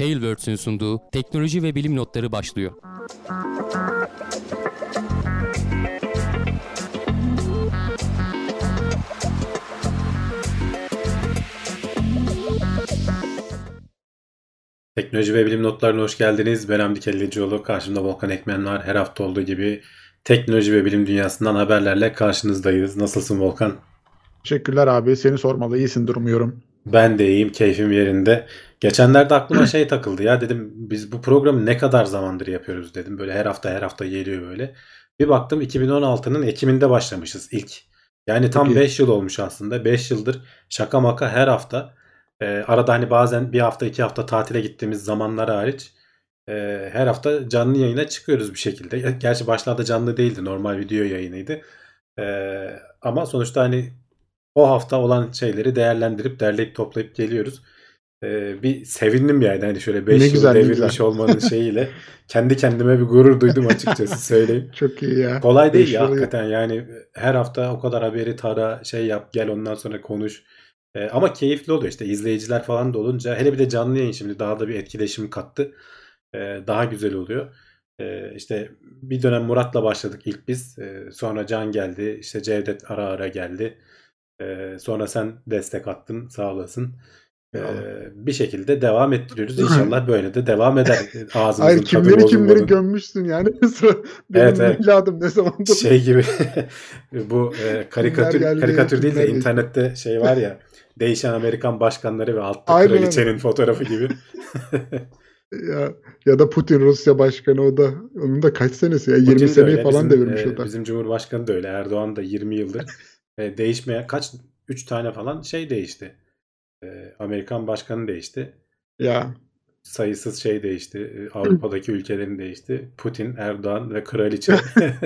Tailwords'ün sunduğu teknoloji ve bilim notları başlıyor. Teknoloji ve bilim notlarına hoş geldiniz. Ben Hamdi Kellecioğlu. Karşımda Volkan Ekmen var. Her hafta olduğu gibi teknoloji ve bilim dünyasından haberlerle karşınızdayız. Nasılsın Volkan? Teşekkürler abi. Seni sormalı. İyisindir umuyorum. Ben de iyiyim. Keyfim yerinde. Geçenlerde aklıma şey takıldı ya. Dedim biz bu programı ne kadar zamandır yapıyoruz dedim. Böyle her hafta geliyor böyle. Bir baktım 2016'nın Ekim'inde başlamışız ilk. Yani Çok tam iyi. 5 yıl olmuş aslında. 5 yıldır şaka maka her hafta. Arada hani bazen bir hafta 2 hafta tatile gittiğimiz zamanlar hariç her hafta canlı yayına çıkıyoruz bir şekilde. Gerçi başlarda canlı değildi, normal video yayınıydı. Ama sonuçta hani o hafta olan şeyleri değerlendirip derleyip toplayıp geliyoruz. Bir sevindim yani hani şöyle Ne 5 yılı güzel, ne güzel. devirmiş olmanın şeyiyle kendi kendime bir gurur duydum açıkçası söyleyeyim. Çok iyi ya. Kolay değil 5 ya yıl. hakikaten yani her hafta o kadar haberi tara şey yap gel ondan sonra konuş. Ama keyifli oluyor işte izleyiciler falan da olunca hele bir de canlı yayın şimdi daha da bir etkileşim kattı. Daha güzel oluyor. İşte bir dönem Murat'la başladık ilk biz. Sonra Can geldi. İşte Cevdet ara ara geldi. Sonra sen destek attın. Sağ olasın. Eyvallah. Bir şekilde devam ettiriyoruz. İnşallah böyle de devam eder. Hayır, Ağzımızın tadı kimleri bozulmadan. gömmüşsün yani. Sıra Evet, benim evet. miladım ne zamandır Şey gibi bu kimler geldi, karikatür değil de kimler geçti. internette şey var ya, değişen Amerikan başkanları ve altta Aynen öyle. kraliçenin fotoğrafı gibi. Ya, ya da Putin Rusya başkanı, o da onun da kaç senesi ya, 20 Putin de seneyi öyle. falan devirmiş o da. Bizim Cumhurbaşkanı da öyle. Erdoğan da 20 yıldır değişmeye 3 tane falan şey değişti. Amerikan başkanı değişti. Ya Sayısız şey değişti. Avrupa'daki ülkelerin değişti. Putin, Erdoğan ve kraliçe.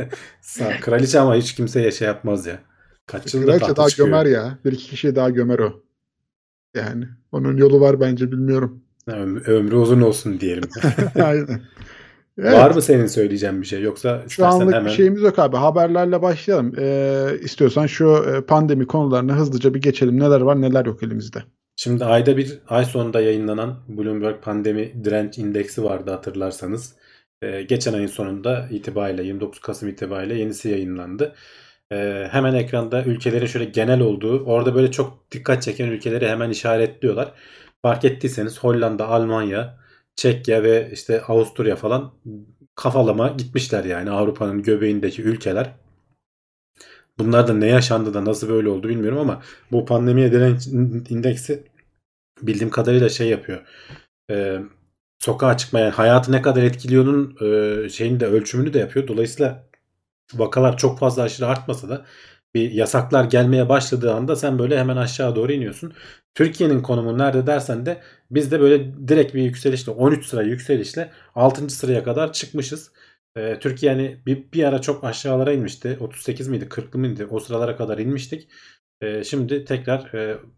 Kraliçe ama hiç kimseye şey yapmaz ya. Kaç yıldır kraliçe tahta daha çıkıyor. gömer ya. Bir iki kişiyi daha gömer o. Yani onun yolu var bence, bilmiyorum. Ömrü uzun olsun diyelim. Aynen. Var mı Evet. senin söyleyeceğin bir şey? Yoksa Şu istersen anlık bir hemen. şeyimiz yok abi. Haberlerle başlayalım. İstiyorsan şu pandemi konularını hızlıca bir geçelim. Neler var neler yok elimizde. Şimdi ayda bir ay sonunda yayınlanan Bloomberg Pandemi Direnç İndeksi vardı hatırlarsanız. Geçen ayın sonunda itibariyle 29 Kasım itibariyle yenisi yayınlandı. Hemen ekranda ülkelerin şöyle genel olduğu, orada böyle çok dikkat çeken ülkeleri hemen işaretliyorlar. Fark ettiyseniz Hollanda, Almanya, Çekya ve işte Avusturya falan kafalama gitmişler yani Avrupa'nın göbeğindeki ülkeler. Bunlar da ne yaşandı da nasıl böyle oldu bilmiyorum ama bu pandemiye direnç indeksi bildiğim kadarıyla şey yapıyor. E, Sokağa çıkma yani hayatı ne kadar etkiliyor'nun şeyini de ölçümünü de yapıyor. Dolayısıyla vakalar çok fazla aşırı artmasa da bir yasaklar gelmeye başladığı anda sen böyle hemen aşağı doğru iniyorsun. Türkiye'nin konumu nerede dersen de biz de böyle direkt bir yükselişle 13 sıra yükselişle 6. sıraya kadar çıkmışız. Türkiye yani bir ara çok aşağılara inmişti. 38 miydi 40 mıydı o sıralara kadar inmiştik. Şimdi tekrar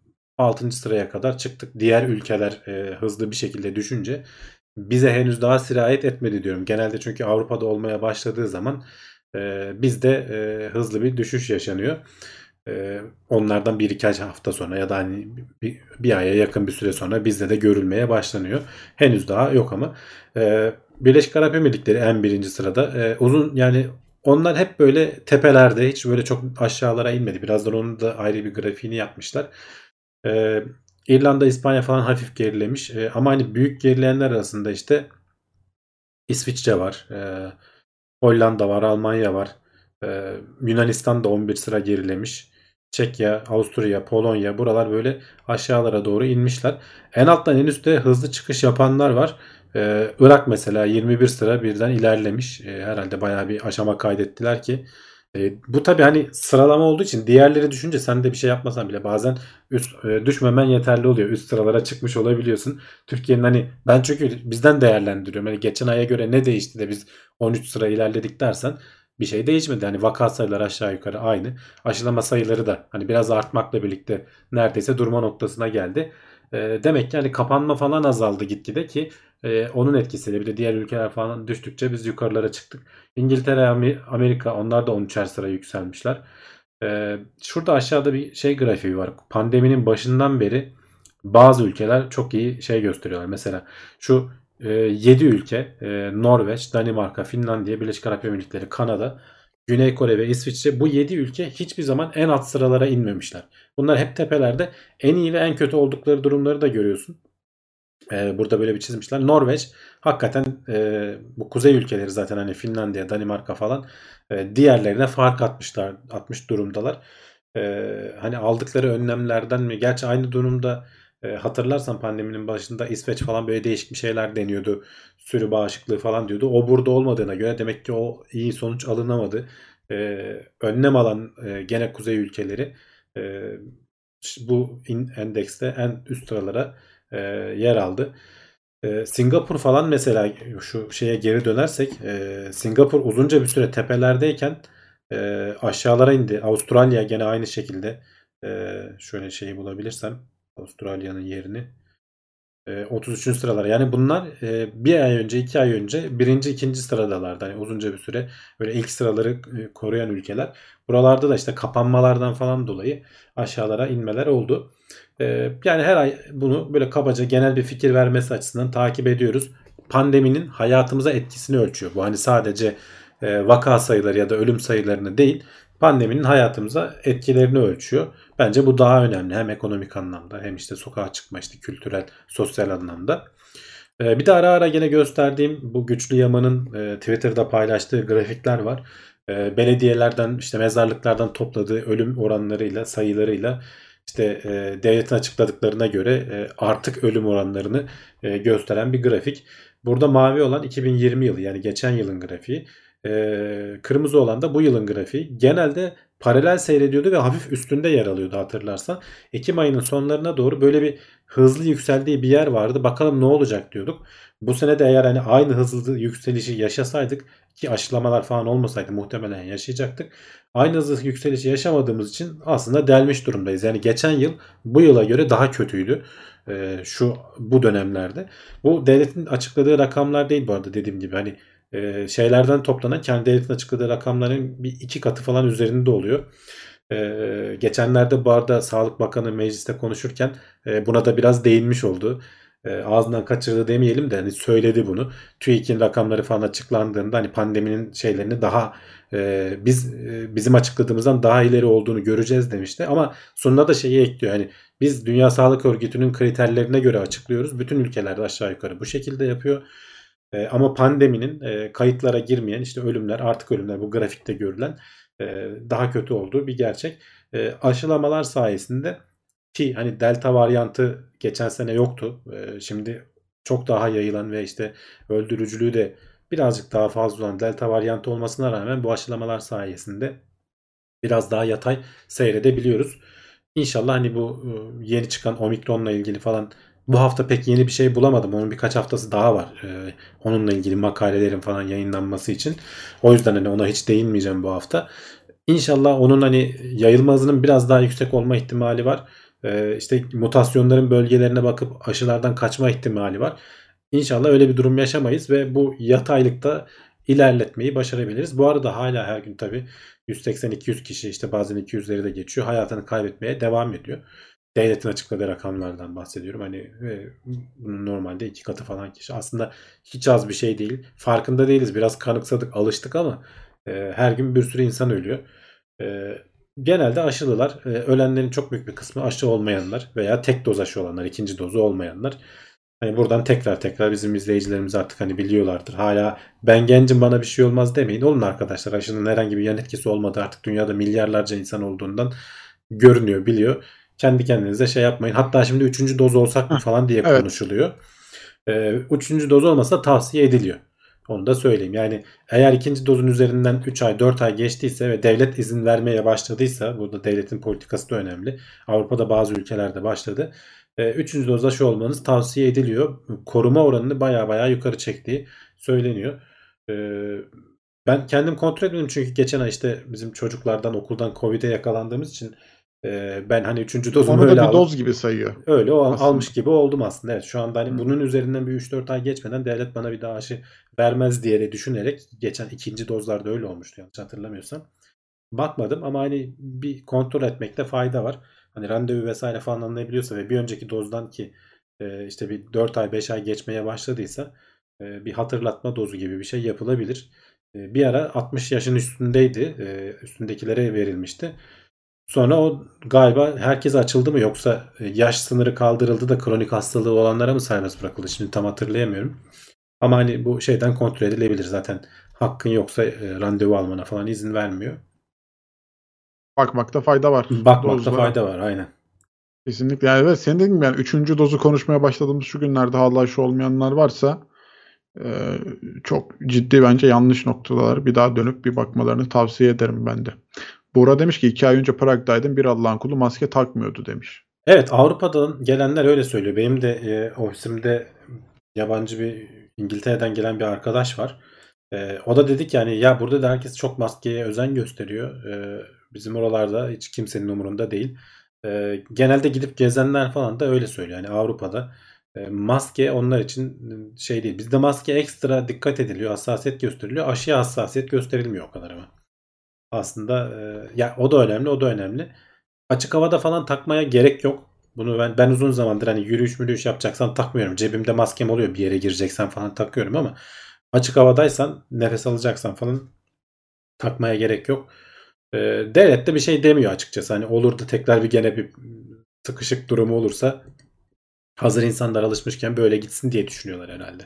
6. sıraya kadar çıktık. Diğer ülkeler hızlı bir şekilde düşünce bize henüz daha sirayet etmedi diyorum. Genelde çünkü Avrupa'da olmaya başladığı zaman bizde hızlı bir düşüş yaşanıyor. Onlardan bir iki hafta sonra ya da hani bir aya yakın bir süre sonra bizde de görülmeye başlanıyor. Henüz daha yok ama Birleşik Arap Emirlikleri en birinci sırada. Uzun yani onlar hep böyle tepelerde hiç böyle çok aşağılara inmedi. Birazdan onun da ayrı bir grafiğini yapmışlar. Ee, İrlanda, İspanya falan hafif gerilemiş. Ama hani büyük gerileyenler arasında işte İsviçre var. Hollanda var, Almanya var. Yunanistan da 11 sıra gerilemiş. Çekya, Avusturya, Polonya buralar böyle aşağılara doğru inmişler. En alttan en üstte hızlı çıkış yapanlar var. Irak mesela 21 sıra birden ilerlemiş. Herhalde bayağı bir aşama kaydettiler ki. Bu tabii hani sıralama olduğu için diğerleri düşünce sen de bir şey yapmasan bile bazen düşmemen yeterli oluyor. Üst sıralara çıkmış olabiliyorsun. Türkiye'nin hani ben çünkü bizden değerlendiriyorum. Hani geçen aya göre ne değişti de biz 13 sıra ilerledik dersen bir şey değişmedi. Hani vaka sayıları aşağı yukarı aynı. Aşılama sayıları da hani biraz artmakla birlikte neredeyse durma noktasına geldi. Demek ki hani kapanma falan azaldı gitgide ki onun etkisiyle bir de diğer ülkeler falan düştükçe biz yukarılara çıktık. İngiltere, Amerika onlar da 13'er sıra yükselmişler. Şurada aşağıda bir şey grafiği var. Pandeminin başından beri Bazı ülkeler çok iyi şey gösteriyorlar. Mesela şu 7 ülke Norveç, Danimarka, Finlandiya, Birleşik Arap Emirlikleri, Kanada, Güney Kore ve İsviçre, bu 7 ülke hiçbir zaman en alt sıralara inmemişler. Bunlar hep tepelerde, en iyi ve en kötü oldukları durumları da görüyorsun. Burada böyle bir çizmişler. Norveç hakikaten bu kuzey ülkeleri zaten hani Finlandiya, Danimarka falan diğerlerine fark atmış durumdalar. Hani aldıkları önlemlerden mi? Gerçi aynı durumda hatırlarsan pandeminin başında İsveç falan böyle değişik bir şeyler deniyordu. Sürü bağışıklığı falan diyordu. O burada olmadığına göre demek ki o iyi sonuç alınamadı. Önlem alan gene kuzey ülkeleri e, bu endekste en üst sıralara yer aldı. Singapur falan mesela, şu şeye geri dönersek, Singapur uzunca bir süre tepelerdeyken aşağılara indi. Avustralya gene aynı şekilde. Şöyle şeyi bulabilirsem Avustralya'nın yerini. 33. sıralar. Yani bunlar bir ay önce, 2 ay önce birinci, ikinci sıradalardı. Hani uzunca bir süre böyle ilk sıraları koruyan ülkeler. Buralarda da işte kapanmalardan falan dolayı aşağılara inmeler oldu. Yani her ay bunu böyle kabaca genel bir fikir vermesi açısından takip ediyoruz. Pandeminin hayatımıza etkisini ölçüyor. Bu hani sadece vaka sayıları ya da ölüm sayılarını değil, pandeminin hayatımıza etkilerini ölçüyor. Bence bu daha önemli, hem ekonomik anlamda hem işte sokağa çıkma, işte kültürel, sosyal anlamda. Bir de ara ara gene gösterdiğim bu Güçlü Yaman'ın Twitter'da paylaştığı grafikler var. Belediyelerden, işte mezarlıklardan topladığı ölüm oranlarıyla, sayılarıyla, işte devletin açıkladıklarına göre artık ölüm oranlarını gösteren bir grafik. Burada mavi olan 2020 yılı, yani geçen yılın grafiği. Kırmızı olan da bu yılın grafiği. Genelde paralel seyrediyordu ve hafif üstünde yer alıyordu, hatırlarsan. Ekim ayının sonlarına doğru böyle bir hızlı yükseldiği bir yer vardı. Bakalım ne olacak diyorduk. Bu sene de eğer hani aynı hızlı yükselişi yaşasaydık, ki aşılamalar falan olmasaydı muhtemelen yaşayacaktık. Aynı hızlı yükselişi yaşamadığımız için aslında delmiş durumdayız. Yani geçen yıl bu yıla göre daha kötüydü. Bu dönemlerde. Bu devletin açıkladığı rakamlar değil bu arada, dediğim gibi. Hani şeylerden toplanan, kendi devletin açıkladığı rakamların bir iki katı falan üzerinde oluyor. Geçenlerde bu arada Sağlık Bakanı mecliste konuşurken buna da biraz değinmiş oldu. Ağzından kaçırdı demeyelim de hani söyledi bunu. TÜİK'in rakamları falan açıklandığında hani pandeminin şeylerini daha bizim açıkladığımızdan daha ileri olduğunu göreceğiz demişti. Ama sonuna da şeyi ekliyor. Hani biz Dünya Sağlık Örgütü'nün kriterlerine göre açıklıyoruz. Bütün ülkelerde aşağı yukarı bu şekilde yapıyor. Ama pandeminin kayıtlara girmeyen işte ölümler, artık ölümler, bu grafikte görülen daha kötü olduğu bir gerçek. Aşılamalar sayesinde, ki hani delta varyantı geçen sene yoktu. Şimdi çok daha yayılan ve işte öldürücülüğü de birazcık daha fazla olan delta varyantı olmasına rağmen bu aşılamalar sayesinde biraz daha yatay seyredebiliyoruz. İnşallah hani bu yeni çıkan Omikron'la ilgili falan, bu hafta pek yeni bir şey bulamadım. Onun birkaç haftası daha var. Onunla ilgili makalelerin falan yayınlanması için. O yüzden hani ona hiç değinmeyeceğim bu hafta. İnşallah onun hani yayılma hızının biraz daha yüksek olma ihtimali var. İşte mutasyonların bölgelerine bakıp aşılardan kaçma ihtimali var. İnşallah öyle bir durum yaşamayız ve bu yataylıkta ilerletmeyi başarabiliriz. Bu arada hala her gün tabii 180-200 kişi, işte bazen 200'leri de geçiyor, hayatını kaybetmeye devam ediyor. Devletin açıkladığı rakamlardan bahsediyorum. Hani bunun normalde 2 katı falan kişi. Aslında hiç az bir şey değil. Farkında değiliz. Biraz kanıksadık, alıştık ama her gün bir sürü insan ölüyor. E, Genelde aşılılar. Ölenlerin çok büyük bir kısmı aşı olmayanlar veya tek doz aşı olanlar, ikinci dozu olmayanlar. Hani buradan tekrar tekrar bizim izleyicilerimiz artık hani biliyorlardır. Hala ben gencim bana bir şey olmaz demeyin. Olun arkadaşlar, aşının herhangi bir yan etkisi olmadı. Artık dünyada milyarlarca insan olduğundan görünüyor, biliyor. Kendi kendinize şey yapmayın. Hatta şimdi 3. doz olsak mı Heh, falan diye evet. konuşuluyor. 3. doz olmasa da tavsiye ediliyor. Onu da söyleyeyim. Yani eğer ikinci dozun üzerinden 3 ay 4 ay geçtiyse ve devlet izin vermeye başladıysa, burada devletin politikası da önemli. Avrupa'da bazı ülkelerde başladı. 3. doz aşı olmanız tavsiye ediliyor. Koruma oranını baya baya yukarı çektiği söyleniyor. E, Ben kendim kontrol etmedim çünkü geçen ay işte bizim çocuklardan okuldan Covid'e yakalandığımız için ben hani 3. dozumu Onu da öyle bir doz gibi sayıyor öyle aslında. almış gibi oldum aslında. Evet, şu anda hani Hı. bunun üzerinden bir 3-4 ay geçmeden devlet bana bir daha aşı vermez diye de düşünerek, geçen ikinci dozlarda öyle olmuştu yanlış hatırlamıyorsam. Bakmadım ama hani bir kontrol etmekte fayda var. hani randevu vesaire falan alınabiliyorsa ve bir önceki dozdan ki işte bir 4 ay 5 ay geçmeye başladıysa bir hatırlatma dozu gibi bir şey yapılabilir. Bir ara 60 yaşın üstündeydi. Üstündekilere verilmişti. Sonra o galiba herkese açıldı mı yoksa yaş sınırı kaldırıldı da kronik hastalığı olanlara mı serbest bırakıldı? Şimdi tam hatırlayamıyorum. Ama hani bu şeyden kontrol edilebilir. Zaten hakkın yoksa randevu almana falan izin vermiyor. Bakmakta fayda var. Bakmakta Dozlara. fayda var aynen. Kesinlikle. Yani evet, senin dediğin gibi yani 3. dozu konuşmaya başladığımız şu günlerde hala aşı olmayanlar varsa çok ciddi bence yanlış noktalar. Bir daha dönüp bir bakmalarını tavsiye ederim ben de. Buğra demiş ki 2 ay önce Prag'daydım, bir Allah'ın kulu maske takmıyordu demiş. Evet, Avrupa'dan gelenler öyle söylüyor. Benim de ofisimde yabancı bir İngiltere'den gelen bir arkadaş var. O da dedi ki yani ya burada da herkes çok maskeye özen gösteriyor. Bizim oralarda hiç kimsenin umurunda değil. Genelde gidip gezenler falan da öyle söylüyor. Yani Avrupa'da maske onlar için şey değil. Bizde maske ekstra dikkat ediliyor, hassasiyet gösteriliyor. Aşıya hassasiyet gösterilmiyor o kadar ama. Aslında ya o da önemli, o da önemli. Açık havada falan takmaya gerek yok. Bunu ben uzun zamandır hani yürüyüş yapacaksan takmıyorum. Cebimde maskem oluyor, bir yere gireceksen falan takıyorum ama açık havadaysan, nefes alacaksan falan takmaya gerek yok. Devlet de bir şey demiyor açıkçası. Hani olur da tekrar bir gene bir sıkışık durumu olursa hazır insanlar alışmışken böyle gitsin diye düşünüyorlar herhalde.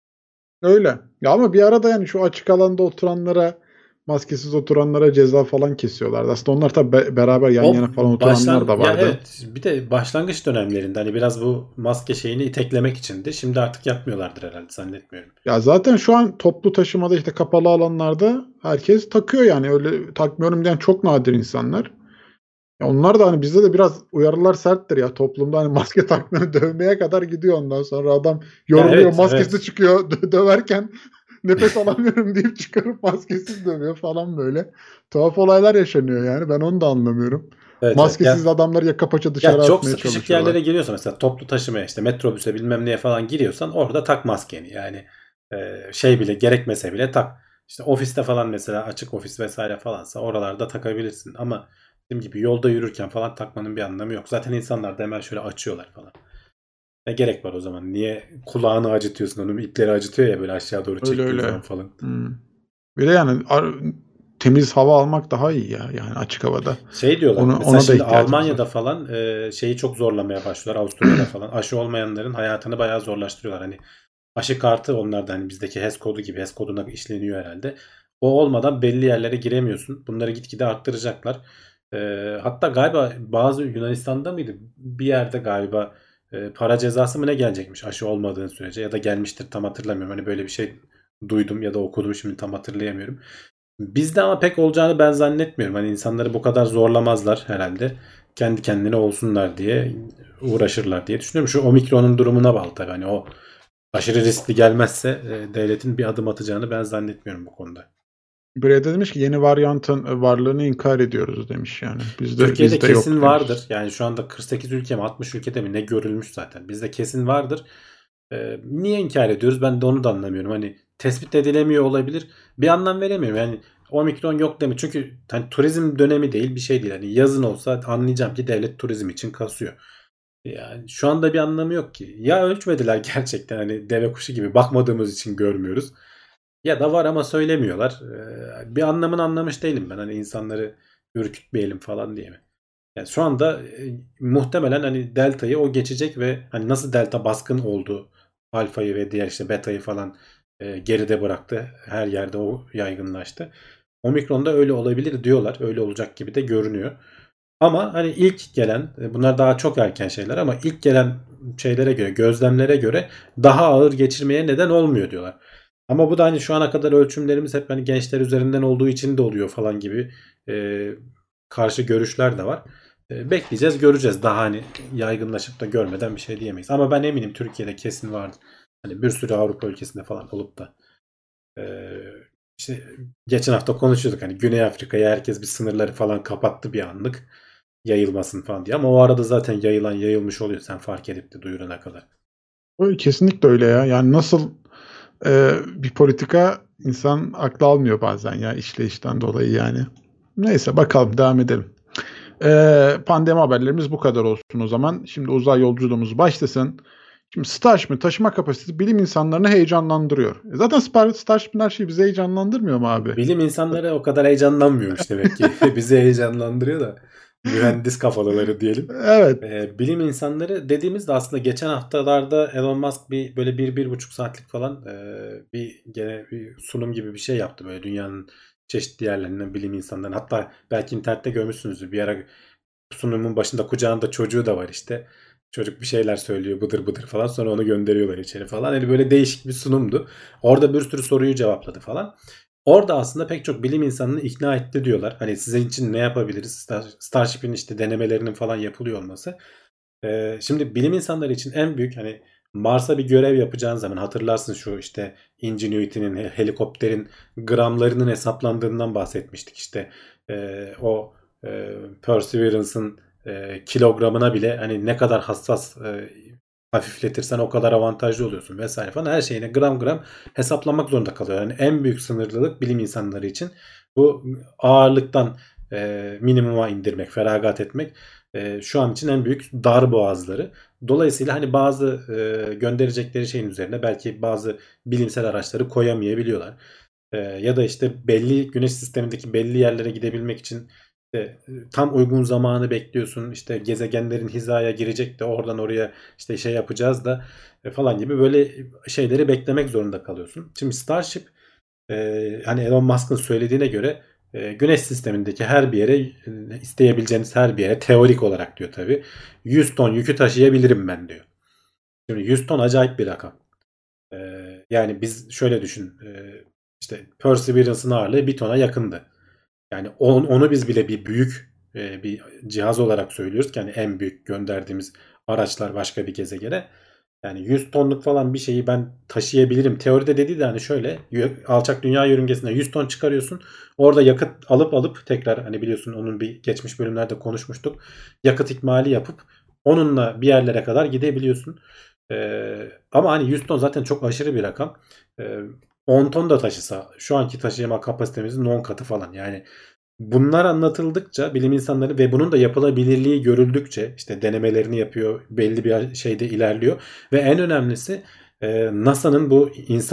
Öyle. Ya ama bir arada yani şu açık alanda oturanlara, maskesiz oturanlara ceza falan kesiyorlardı. Aslında onlar tabii beraber yan yana falan oturanlar da Ya vardı. evet, bir de başlangıç dönemlerinde hani biraz bu maske şeyini iteklemek içindi. Şimdi artık yapmıyorlardır herhalde, zannetmiyorum. Ya zaten şu an toplu taşımada işte kapalı alanlarda herkes takıyor yani. Öyle takmıyorum diyen çok nadir insanlar. Ya onlar da hani bizde de biraz uyarılar serttir ya. Toplumda hani maske takmayanı dövmeye kadar gidiyor ondan sonra. Adam Ya yoruluyor, evet, maskesi evet. çıkıyor döverken nefes alamıyorum deyip çıkarıp maskesiz dövüyor falan böyle. Tuhaf olaylar yaşanıyor yani. Ben onu da anlamıyorum. Evet, evet. Maskesiz adamları yaka paça Ya dışarı çok atmaya sıkışık çalışıyorlar. yerlere giriyorsan, mesela toplu taşımaya, işte metrobüse bilmem neye falan giriyorsan orada tak maskeni. Yani şey bile gerekmese bile tak. İşte ofiste falan, mesela açık ofis vesaire falansa oralarda takabilirsin. Ama dediğim gibi yolda yürürken falan takmanın bir anlamı yok. Zaten insanlar da hemen şöyle açıyorlar falan. Ne gerek var o zaman? Niye kulağını acıtıyorsun? Onun ipleri acıtıyor ya böyle aşağı doğru Öyle çektiğin öyle. zaman falan. Hmm. Bir de yani temiz hava almak daha iyi ya. Yani açık havada. Şey diyorlar. Mesela Ona da şimdi ihtiyacımız Almanya'da var. falan şeyi çok zorlamaya başlıyorlar. Avusturya'da falan. Aşı olmayanların hayatını bayağı zorlaştırıyorlar. Hani aşı kartı onlarda, hani bizdeki HES kodu gibi. HES koduna işleniyor herhalde. O olmadan belli yerlere giremiyorsun. Bunları gitgide arttıracaklar. Hatta galiba bazı, Yunanistan'da mıydı? Bir yerde galiba para cezası mı ne gelecekmiş aşı olmadığın sürece, ya da gelmiştir, tam hatırlamıyorum. Hani böyle bir şey duydum ya da okudum, şimdi tam hatırlayamıyorum. Bizde ama pek olacağını ben zannetmiyorum. Hani insanları bu kadar zorlamazlar herhalde. Kendi kendine olsunlar diye uğraşırlar diye düşünüyorum. Şu Omikron'un durumuna bağlı tabii. Hani o aşırı riskli gelmezse devletin bir adım atacağını ben zannetmiyorum bu konuda. Buraya da demiş ki yeni varyantın varlığını inkar ediyoruz demiş yani. Türkiye'de Bizde kesin yok vardır. demiş. Yani şu anda 48 ülke mi 60 ülkede mi ne görülmüş zaten. Bizde kesin vardır. Niye inkar ediyoruz? Ben de onu da anlamıyorum. Hani tespit edilemiyor olabilir. Bir anlam veremiyorum. Yani Omikron yok deme. Çünkü hani turizm dönemi değil, bir şey değil. Hani yazın olsa anlayacağım ki devlet turizm için kasıyor. Yani şu anda bir anlamı yok ki. Ya ölçmediler gerçekten, hani deve kuşu gibi bakmadığımız için görmüyoruz. Ya da var ama söylemiyorlar. Bir anlamını anlamış değilim ben. Hani insanları ürkütmeyelim falan diye mi? Yani şu anda muhtemelen hani delta'yı o geçecek ve hani nasıl delta baskın oldu, alfayı ve diğer işte beta'yı falan geride bıraktı. Her yerde o yaygınlaştı. Omikron'da öyle olabilir diyorlar. Öyle olacak gibi de görünüyor. Ama hani ilk gelen, bunlar daha çok erken şeyler ama ilk gelen şeylere göre, gözlemlere göre daha ağır geçirmeye neden olmuyor diyorlar. Ama bu da hani şu ana kadar ölçümlerimiz hep hani gençler üzerinden olduğu için de oluyor falan gibi e, karşı görüşler de var. Bekleyeceğiz, göreceğiz. Daha hani yaygınlaşıp da görmeden bir şey diyemeyiz. Ama ben eminim Türkiye'de kesin vardır. Hani bir sürü Avrupa ülkesinde falan olup da e, işte geçen hafta konuşuyorduk, hani Güney Afrika'ya herkes bir sınırları falan kapattı bir anlık, yayılmasın falan diye. Ama o arada zaten yayılmış oluyor, sen fark edip de duyurana kadar. Kesinlikle öyle ya. Yani nasıl bir politika insan aklı almıyor bazen ya işleyişten dolayı yani. Neyse bakalım devam edelim. Pandemi haberlerimiz bu kadar olsun o zaman. Şimdi uzay yolculuğumuz başlasın. Şimdi Starship'in taşıma kapasitesi bilim insanlarını heyecanlandırıyor. Zaten Starship'in her şeyi bizi heyecanlandırmıyor mu abi? Bilim insanları o kadar heyecanlanmıyormuş demek ki. Bizi heyecanlandırıyor da. Mühendis kafaları diyelim. Evet. Bilim insanları dediğimizde aslında geçen haftalarda Elon Musk böyle 1,5 saatlik falan gene bir sunum gibi bir şey yaptı. Böyle dünyanın çeşitli yerlerinden bilim insanları. Hatta belki internette görmüşsünüzdür. Bir ara sunumun başında kucağında çocuğu da var işte. Çocuk bir şeyler söylüyor bıdır bıdır falan. Sonra onu gönderiyorlar içeri falan. Yani böyle değişik bir sunumdu. Orada bir sürü soruyu cevapladı falan. Orada aslında pek çok bilim insanını ikna etti diyorlar. Hani sizin için ne yapabiliriz? Starship'in işte denemelerinin falan yapılıyor olması. Şimdi bilim insanları için en büyük hani Mars'a bir görev yapacağın zaman hatırlarsın şu işte Ingenuity'nin helikopterin gramlarının hesaplandığından bahsetmiştik. İşte o Perseverance'ın kilogramına bile hani ne kadar hassas hafifletirsen o kadar avantajlı oluyorsun vesaire falan. Her şeyine gram gram hesaplamak zorunda kalıyor. Yani en büyük sınırlılık bilim insanları için bu ağırlıktan minimuma indirmek, feragat etmek şu an için en büyük dar boğazları. Dolayısıyla hani bazı gönderecekleri şeyin üzerine belki bazı bilimsel araçları koyamayabiliyorlar. Ya da işte belli güneş sistemindeki belli yerlere gidebilmek için işte tam uygun zamanı bekliyorsun. İşte gezegenlerin hizaya girecek de oradan oraya işte şey yapacağız da falan gibi böyle şeyleri beklemek zorunda kalıyorsun. Şimdi Starship hani Elon Musk'ın söylediğine göre Güneş sistemindeki her bir yere isteyebileceğiniz her bir yere teorik olarak diyor tabi 100 ton yükü taşıyabilirim ben diyor. Şimdi 100 ton acayip bir rakam. Yani biz şöyle düşün işte Perseverance'ın ağırlığı 1 tona yakındı. Yani onu biz bile bir büyük bir cihaz olarak söylüyoruz ki yani en büyük gönderdiğimiz araçlar başka bir gezegene. Yani 100 tonluk falan bir şeyi ben taşıyabilirim. Teoride dediği de hani şöyle alçak dünya yörüngesine 100 ton çıkarıyorsun. Orada yakıt alıp tekrar hani biliyorsun onun bir geçmiş bölümlerde konuşmuştuk. Yakıt ikmali yapıp onunla bir yerlere kadar gidebiliyorsun. Ama hani 100 ton zaten çok aşırı bir rakam. 10 ton da taşısa şu anki taşıyama kapasitemizin 10 katı falan. Yani bunlar anlatıldıkça bilim insanları ve bunun da yapılabilirliği görüldükçe işte denemelerini yapıyor, belli bir şeyde ilerliyor ve en önemlisi NASA'nın bu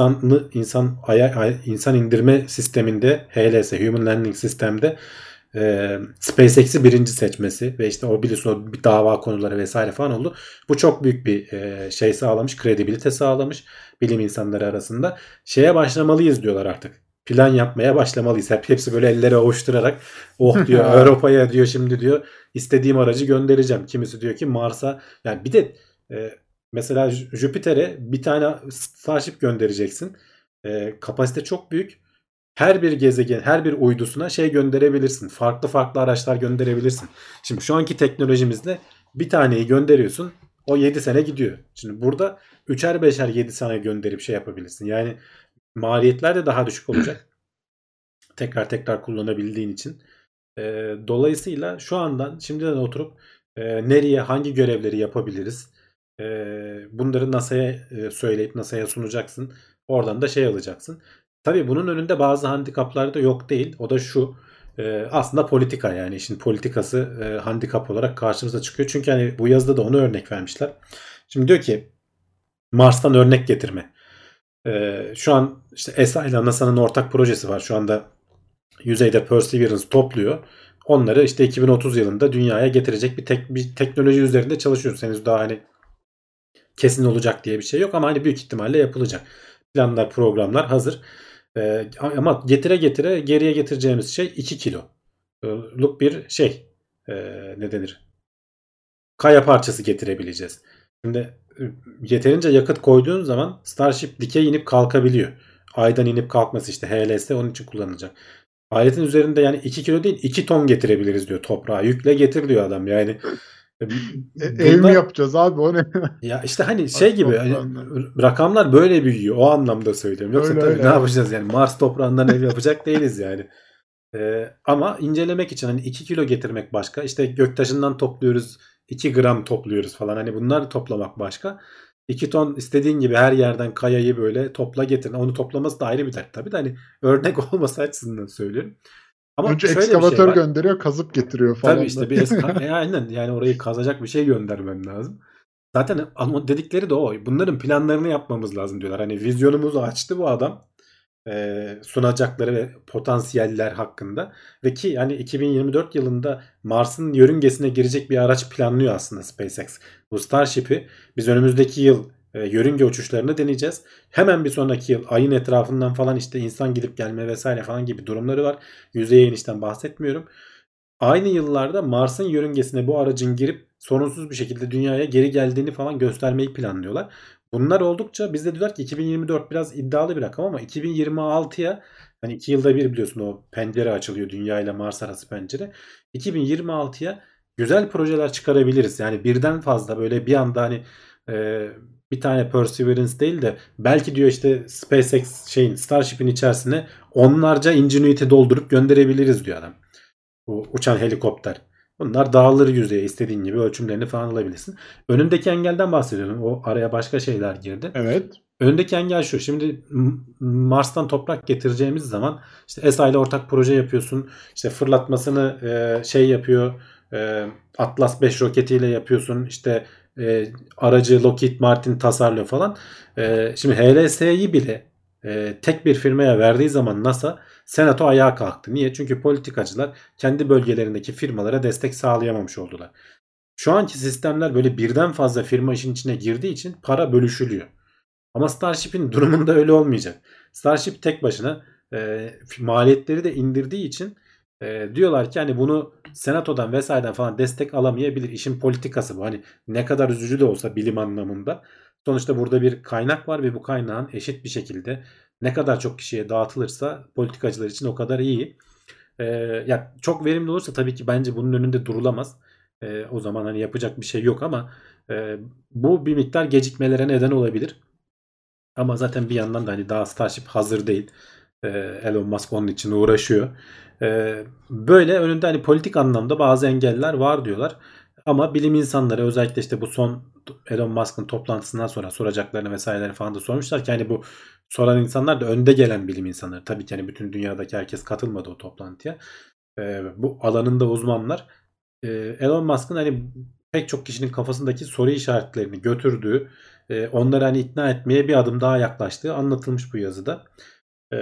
insan indirme sisteminde HLS Human Landing Sistem'de SpaceX'i birinci seçmesi ve işte o biliyorsun o bir dava konuları vesaire falan oldu. Bu çok büyük bir şey sağlamış, kredibilite sağlamış bilim insanları arasında. Şeye başlamalıyız diyorlar artık. Plan yapmaya başlamalıyız. Hepsi böyle elleri ovuşturarak oh diyor Avrupa'ya diyor şimdi diyor istediğim aracı göndereceğim. Kimisi diyor ki Mars'a yani bir de mesela Jüpiter'e bir tane Starship göndereceksin. Kapasite çok büyük. Her bir gezegen, her bir uydusuna şey gönderebilirsin. Farklı farklı araçlar gönderebilirsin. Şimdi şu anki teknolojimizde bir taneyi gönderiyorsun. O 7 sene gidiyor. Şimdi burada 3'er 5'er 7 sene gönderip şey yapabilirsin. Yani maliyetler de daha düşük olacak. Tekrar kullanabildiğin için. Dolayısıyla şu andan şimdiden oturup nereye hangi görevleri yapabiliriz? Bunları NASA'ya söyleyip NASA'ya sunacaksın. Oradan da şey alacaksın. Tabii bunun önünde bazı handikaplar da yok değil. O da şu. Aslında politika yani işin politikası handikap olarak karşımıza çıkıyor. Çünkü hani bu yazıda da onu örnek vermişler. Şimdi diyor ki Mars'tan örnek getirme. Şu an işte ESA ile NASA'nın ortak projesi var. Şu anda yüzeyde Perseverance topluyor. Onları işte 2030 yılında dünyaya getirecek bir teknoloji üzerinde çalışıyoruz. Henüz daha hani kesin olacak diye bir şey yok ama hani büyük ihtimalle yapılacak. Planlar, programlar hazır. Ama getire getire geriye getireceğimiz şey 2 kiloluk bir şey. Ne denir? Kaya parçası getirebileceğiz. Şimdi yeterince yakıt koyduğun zaman Starship dikey inip kalkabiliyor. Aydan inip kalkması işte HLS onun için kullanılacak. Aletin üzerinde yani 2 kilo değil 2 ton getirebiliriz diyor toprağa. Yükle getir diyor adam yani. Ev mi yapacağız abi o ne? Ya işte hani şey gibi hani rakamlar böyle büyüyor o anlamda söylüyorum. Yoksa Öyle, tabii öyle. ne yapacağız yani Mars toprağından ev yapacak değiliz yani. Ama incelemek için hani 2 kilo getirmek başka. İşte göktaşından topluyoruz 2 gram topluyoruz falan. Hani bunları toplamak başka. 2 ton istediğin gibi her yerden kayayı böyle topla getir. Onu toplaması da ayrı bir dert tabii de hani örnek olması açısından söylüyorum. Ama Önce şöyle bir şey ekskavatör var. gönderiyor, kazıp getiriyor Tabii falan işte böyle. aynen yani orayı kazacak bir şey göndermen lazım. Zaten ama dedikleri de o. Bunların planlarını yapmamız lazım diyorlar. Hani vizyonumuzu açtı bu adam. Sunacakları ve potansiyeller hakkında. Ve ki yani 2024 yılında Mars'ın yörüngesine girecek bir araç planlıyor aslında SpaceX. Bu Starship'i biz önümüzdeki yıl yörünge uçuşlarını deneyeceğiz. Hemen bir sonraki yıl ayın etrafından falan işte insan gidip gelme vesaire falan gibi durumları var. Yüzeye inişten bahsetmiyorum. Aynı yıllarda Mars'ın yörüngesine bu aracın girip sorunsuz bir şekilde dünyaya geri geldiğini falan göstermeyi planlıyorlar. Bunlar oldukça biz de diyorlar ki 2024 biraz iddialı bir rakam ama 2026'ya hani 2 yılda bir biliyorsun o pencere açılıyor, dünya ile Mars arası pencere. 2026'ya güzel projeler çıkarabiliriz. Yani birden fazla böyle bir anda hani e, bir tane Perseverance değil de belki diyor işte SpaceX Starship'in içerisine onlarca Ingenuity doldurup gönderebiliriz diyor adam. Bu uçan helikopter. Bunlar dağılır yüzeye, istediğin gibi ölçümlerini falan alabilirsin. Önündeki engelden bahsediyorum. O araya başka şeyler girdi. Evet. Önündeki engel şu. Şimdi Mars'tan toprak getireceğimiz zaman işte ESA ile ortak proje yapıyorsun. İşte fırlatmasını yapıyor. Atlas 5 roketiyle yapıyorsun. İşte aracı Lockheed Martin tasarlıyor falan. Şimdi HLS'yi bile tek bir firmaya verdiği zaman NASA Senato ayağa kalktı. Niye? Çünkü politikacılar kendi bölgelerindeki firmalara destek sağlayamamış oldular. Şu anki sistemler böyle birden fazla firma işin içine girdiği için para bölüşülüyor. Ama Starship'in durumunda öyle olmayacak. Starship tek başına maliyetleri de indirdiği için diyorlar ki hani bunu Senato'dan vesaireden falan destek alamayabilir. İşin politikası bu. Hani ne kadar üzücü de olsa bilim anlamında. Sonuçta burada bir kaynak var ve bu kaynağın eşit bir şekilde ne kadar çok kişiye dağıtılırsa politikacılar için o kadar iyi. Ya çok verimli olursa tabii ki bence bunun önünde durulamaz. O zaman hani yapacak bir şey yok ama bu bir miktar gecikmelere neden olabilir. Ama zaten bir yandan da hani daha Starship hazır değil. Elon Musk onun için uğraşıyor. Böyle önünde hani politik anlamda bazı engeller var diyorlar. Ama bilim insanları özellikle işte bu son Elon Musk'ın toplantısından sonra soracaklarını vesaireleri falan da sormuşlar ki hani bu soran insanlar da önde gelen bilim insanları. Tabii ki hani bütün dünyadaki herkes katılmadı o toplantıya. Bu alanında uzmanlar Elon Musk'ın hani pek çok kişinin kafasındaki soru işaretlerini götürdüğü, onları hani ikna etmeye bir adım daha yaklaştığı anlatılmış bu yazıda. E,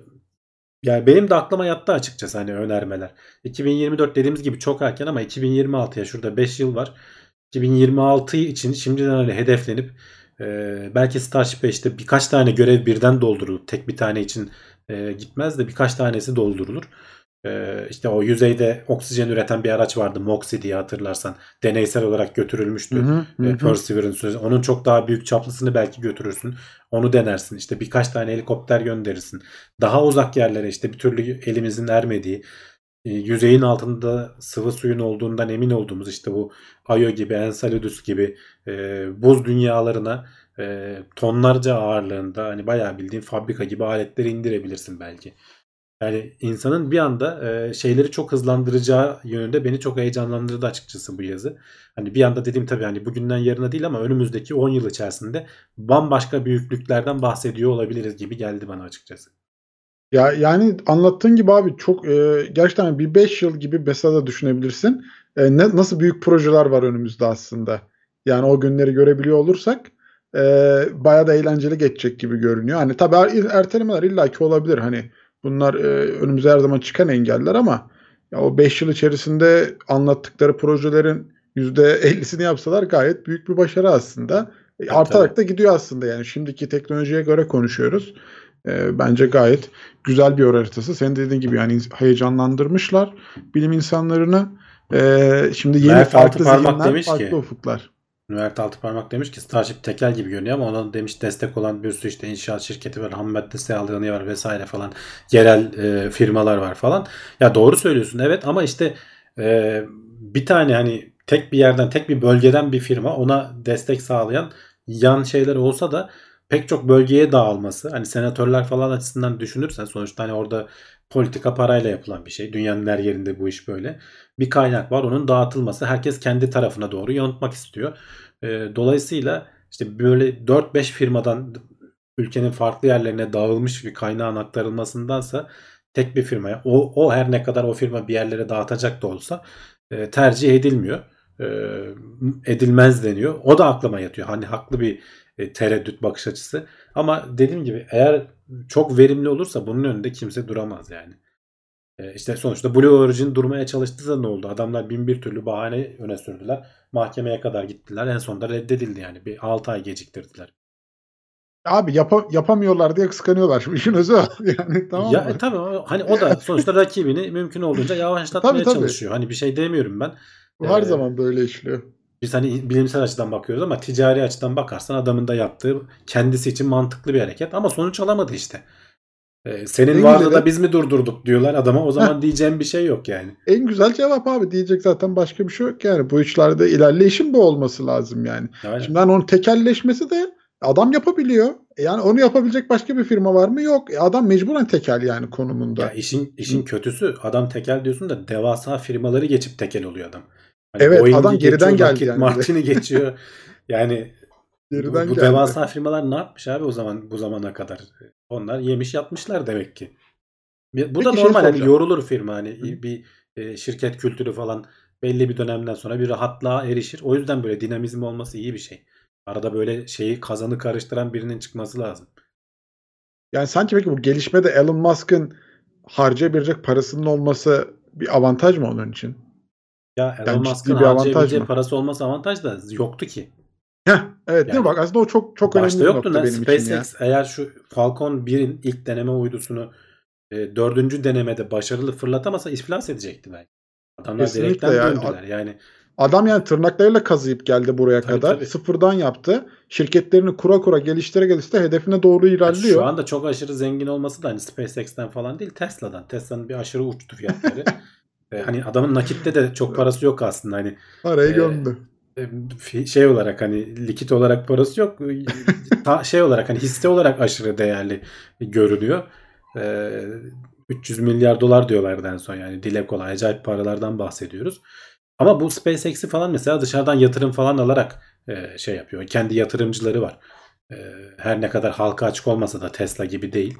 Yani benim de aklıma yattı açıkçası hani önermeler. 2024 dediğimiz gibi çok erken ama 2026'ya şurada 5 yıl var. 2026 için şimdiden öyle hedeflenip belki Starship'e işte birkaç tane görev birden doldurulup tek bir tane için gitmez de birkaç tanesi doldurulur. İşte o yüzeyde oksijen üreten bir araç vardı, Moxie diye hatırlarsan. Deneysel olarak Hı götürülmüştü. hı, hı hı. Perseverance. Onun çok daha büyük çaplısını belki götürürsün. Onu denersin. İşte birkaç tane helikopter gönderirsin. Daha uzak yerlere işte bir türlü elimizin ermediği, yüzeyin altında sıvı suyun olduğundan emin olduğumuz işte bu Io gibi, Enceladus gibi buz dünyalarına tonlarca ağırlığında hani bayağı bildiğin fabrika gibi aletleri indirebilirsin belki. Yani insanın bir anda şeyleri çok hızlandıracağı yönünde beni çok heyecanlandırdı açıkçası bu yazı. Hani bir anda dediğim tabii hani bugünden yarına değil ama önümüzdeki 10 yıl içerisinde bambaşka büyüklüklerden bahsediyor olabiliriz gibi geldi bana açıkçası. Ya yani anlattığın gibi abi çok gerçekten bir 5 yıl gibi mesela da düşünebilirsin. Nasıl büyük projeler var önümüzde aslında. Yani o günleri görebiliyor olursak bayağı da eğlenceli geçecek gibi görünüyor. Hani tabii ertelemeler illaki olabilir. Hani bunlar önümüze her zaman çıkan engeller ama ya o 5 yıl içerisinde anlattıkları projelerin %50'sini yapsalar gayet büyük bir başarı aslında. Tabii tabii. Artarak da gidiyor aslında yani şimdiki teknolojiye göre konuşuyoruz. Bence gayet güzel bir yol haritası. Senin dediğin gibi yani heyecanlandırmışlar bilim insanlarını. Şimdi yeni Mert farklı Altıparmak zihinler, demiş farklı ki ufuklar. Mert Altıparmak demiş ki Starship tekel gibi görünüyor ama ona demiş destek olan bir sürü işte inşaat şirketi var, ham madde sağlayanı var vesaire falan. Yerel firmalar var falan. Ya doğru söylüyorsun evet ama işte bir tane hani tek bir yerden, tek bir bölgeden bir firma ona destek sağlayan yan şeyler olsa da pek çok bölgeye dağılması. Hani senatörler falan açısından düşünürsen sonuçta hani orada politika parayla yapılan bir şey. Dünyanın her yerinde bu iş böyle. Bir kaynak var onun dağıtılması. Herkes kendi tarafına doğru yontmak istiyor. Dolayısıyla işte böyle 4-5 firmadan ülkenin farklı yerlerine dağılmış bir kaynağın aktarılmasındansa tek bir firmaya o her ne kadar o firma bir yerlere dağıtacak da olsa tercih edilmiyor. Edilmez deniyor. O da aklıma yatıyor. Hani haklı bir tereddüt bakış açısı. Ama dediğim gibi eğer çok verimli olursa bunun önünde kimse duramaz yani. İşte sonuçta Blue Origin durmaya çalıştı da ne oldu? Adamlar bin bir türlü bahane öne sürdüler. Mahkemeye kadar gittiler. En sonunda reddedildi yani. Bir 6 ay geciktirdiler. Abi yapamıyorlar diye kıskanıyorlar. Şimdi işin özü o. Yani tamam Ya mı? tabii hani o da sonuçta rakibini mümkün olduğunca yavaşlatmaya Tabii. çalışıyor. Hani bir şey demiyorum ben. Bu her Ee, zaman böyle işliyor. Biz hani bilimsel açıdan bakıyoruz ama ticari açıdan bakarsan adamın da yaptığı kendisi için mantıklı bir hareket ama sonuç alamadı işte. Senin En vardı güzeli- da biz mi durdurduk diyorlar adama. O zaman Heh. diyeceğim bir şey yok yani. En güzel cevap abi, diyecek zaten başka bir şey yok yani. Bu işlerde ilerleyişin bu olması lazım yani. Aynen. Şimdi onun tekelleşmesi de adam yapabiliyor. Yani onu yapabilecek başka bir firma var mı? Yok. Adam mecburen tekel yani konumunda. Ya işin kötüsü adam tekel diyorsun da devasa firmaları geçip tekel oluyor adam. Hani Evet, Boeing'i adam geriden geçiyor, geldi Lockheed yani. Martin'i geçiyor. Yani Geriden bu geldi. devasa firmalar ne yapmış abi o zaman bu zamana kadar? Onlar yemiş yatmışlar demek ki. Bu da Peki şey normal hani soracağım. yorulur firma hani bir şirket kültürü falan belli bir dönemden sonra bir rahatlığa erişir. O yüzden böyle dinamizm olması iyi bir şey. Arada böyle şeyi kazanı karıştıran birinin çıkması lazım. Yani sence peki bu gelişmede Elon Musk'ın harcayabilecek parasının olması bir avantaj mı onun için? Ya Elon Yani Musk'ın ciddi bir avantaj harcayabileceği mı? parası olması avantaj da yoktu ki. Heh, evet değil mi? Yani Bak aslında o çok başta önemli bir yoktu nokta lan. benim için ya. SpaceX eğer şu Falcon 1'in ilk deneme uydusunu 4. denemede başarılı fırlatamasa iflas edecekti belki. Adamlar Kesinlikle direkten ya. döndüler. Yani Adam yani tırnaklarıyla kazıyıp geldi buraya kadar. tabii. Sıfırdan yaptı. Şirketlerini kura geliştire hedefine doğru Ya ilerliyor. şu anda çok aşırı zengin olması da hani SpaceX'ten falan değil Tesla'dan. Tesla'nın bir aşırı uçtu fiyatları. Hani adamın nakitte de çok parası yok aslında hani Parayı e, gömdü. şey olarak hani likit olarak parası yok. Şey olarak hani hisse olarak aşırı değerli görünüyor. 300 milyar dolar diyorlardı en son yani dile kolay acayip paralardan bahsediyoruz. Ama bu SpaceX'i falan mesela dışarıdan yatırım falan alarak şey yapıyor. Kendi yatırımcıları var. Her ne kadar halka açık olmasa da Tesla gibi değil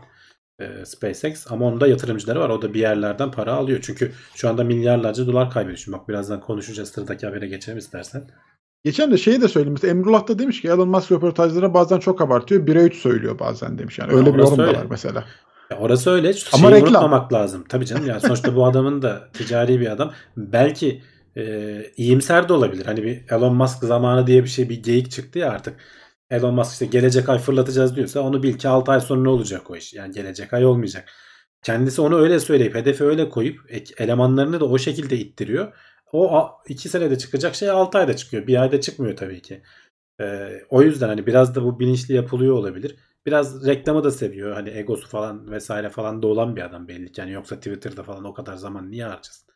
SpaceX ama onun da yatırımcıları var. O da bir yerlerden para alıyor. Çünkü şu anda milyarlarca dolar kaybediyor. Şimdi bak birazdan konuşacağız. Sıradaki habere geçelim istersen. Geçen de şeyi de söyleyeyim. Mesela Emrullah da demiş ki Elon Musk röportajlara bazen çok abartıyor. 1'e 3 söylüyor bazen demiş. Yani öyle bir Orası yorum da öyle. var mesela. Ya orası öyle. Ama Şeyi reklam. unutmamak lazım. Tabii canım yani sonuçta bu adamın da ticari bir adam. Belki iyimser de olabilir. Hani bir Elon Musk zamanı diye bir şey bir geyik çıktı ya artık. Elon Musk işte gelecek ay fırlatacağız diyorsa onu bil ki 6 ay sonra ne olacak o iş. Yani gelecek ay olmayacak. Kendisi onu öyle söyleyip hedefi öyle koyup elemanlarını da o şekilde ittiriyor. O 2 senede çıkacak şey 6 ayda çıkıyor. Bir ayda çıkmıyor tabii ki. O yüzden hani biraz da bu bilinçli yapılıyor olabilir. Biraz reklamı da seviyor. Hani egosu falan vesaire falan da olan bir adam belli ki. Yani yoksa Twitter'da falan o kadar zaman niye harcasın?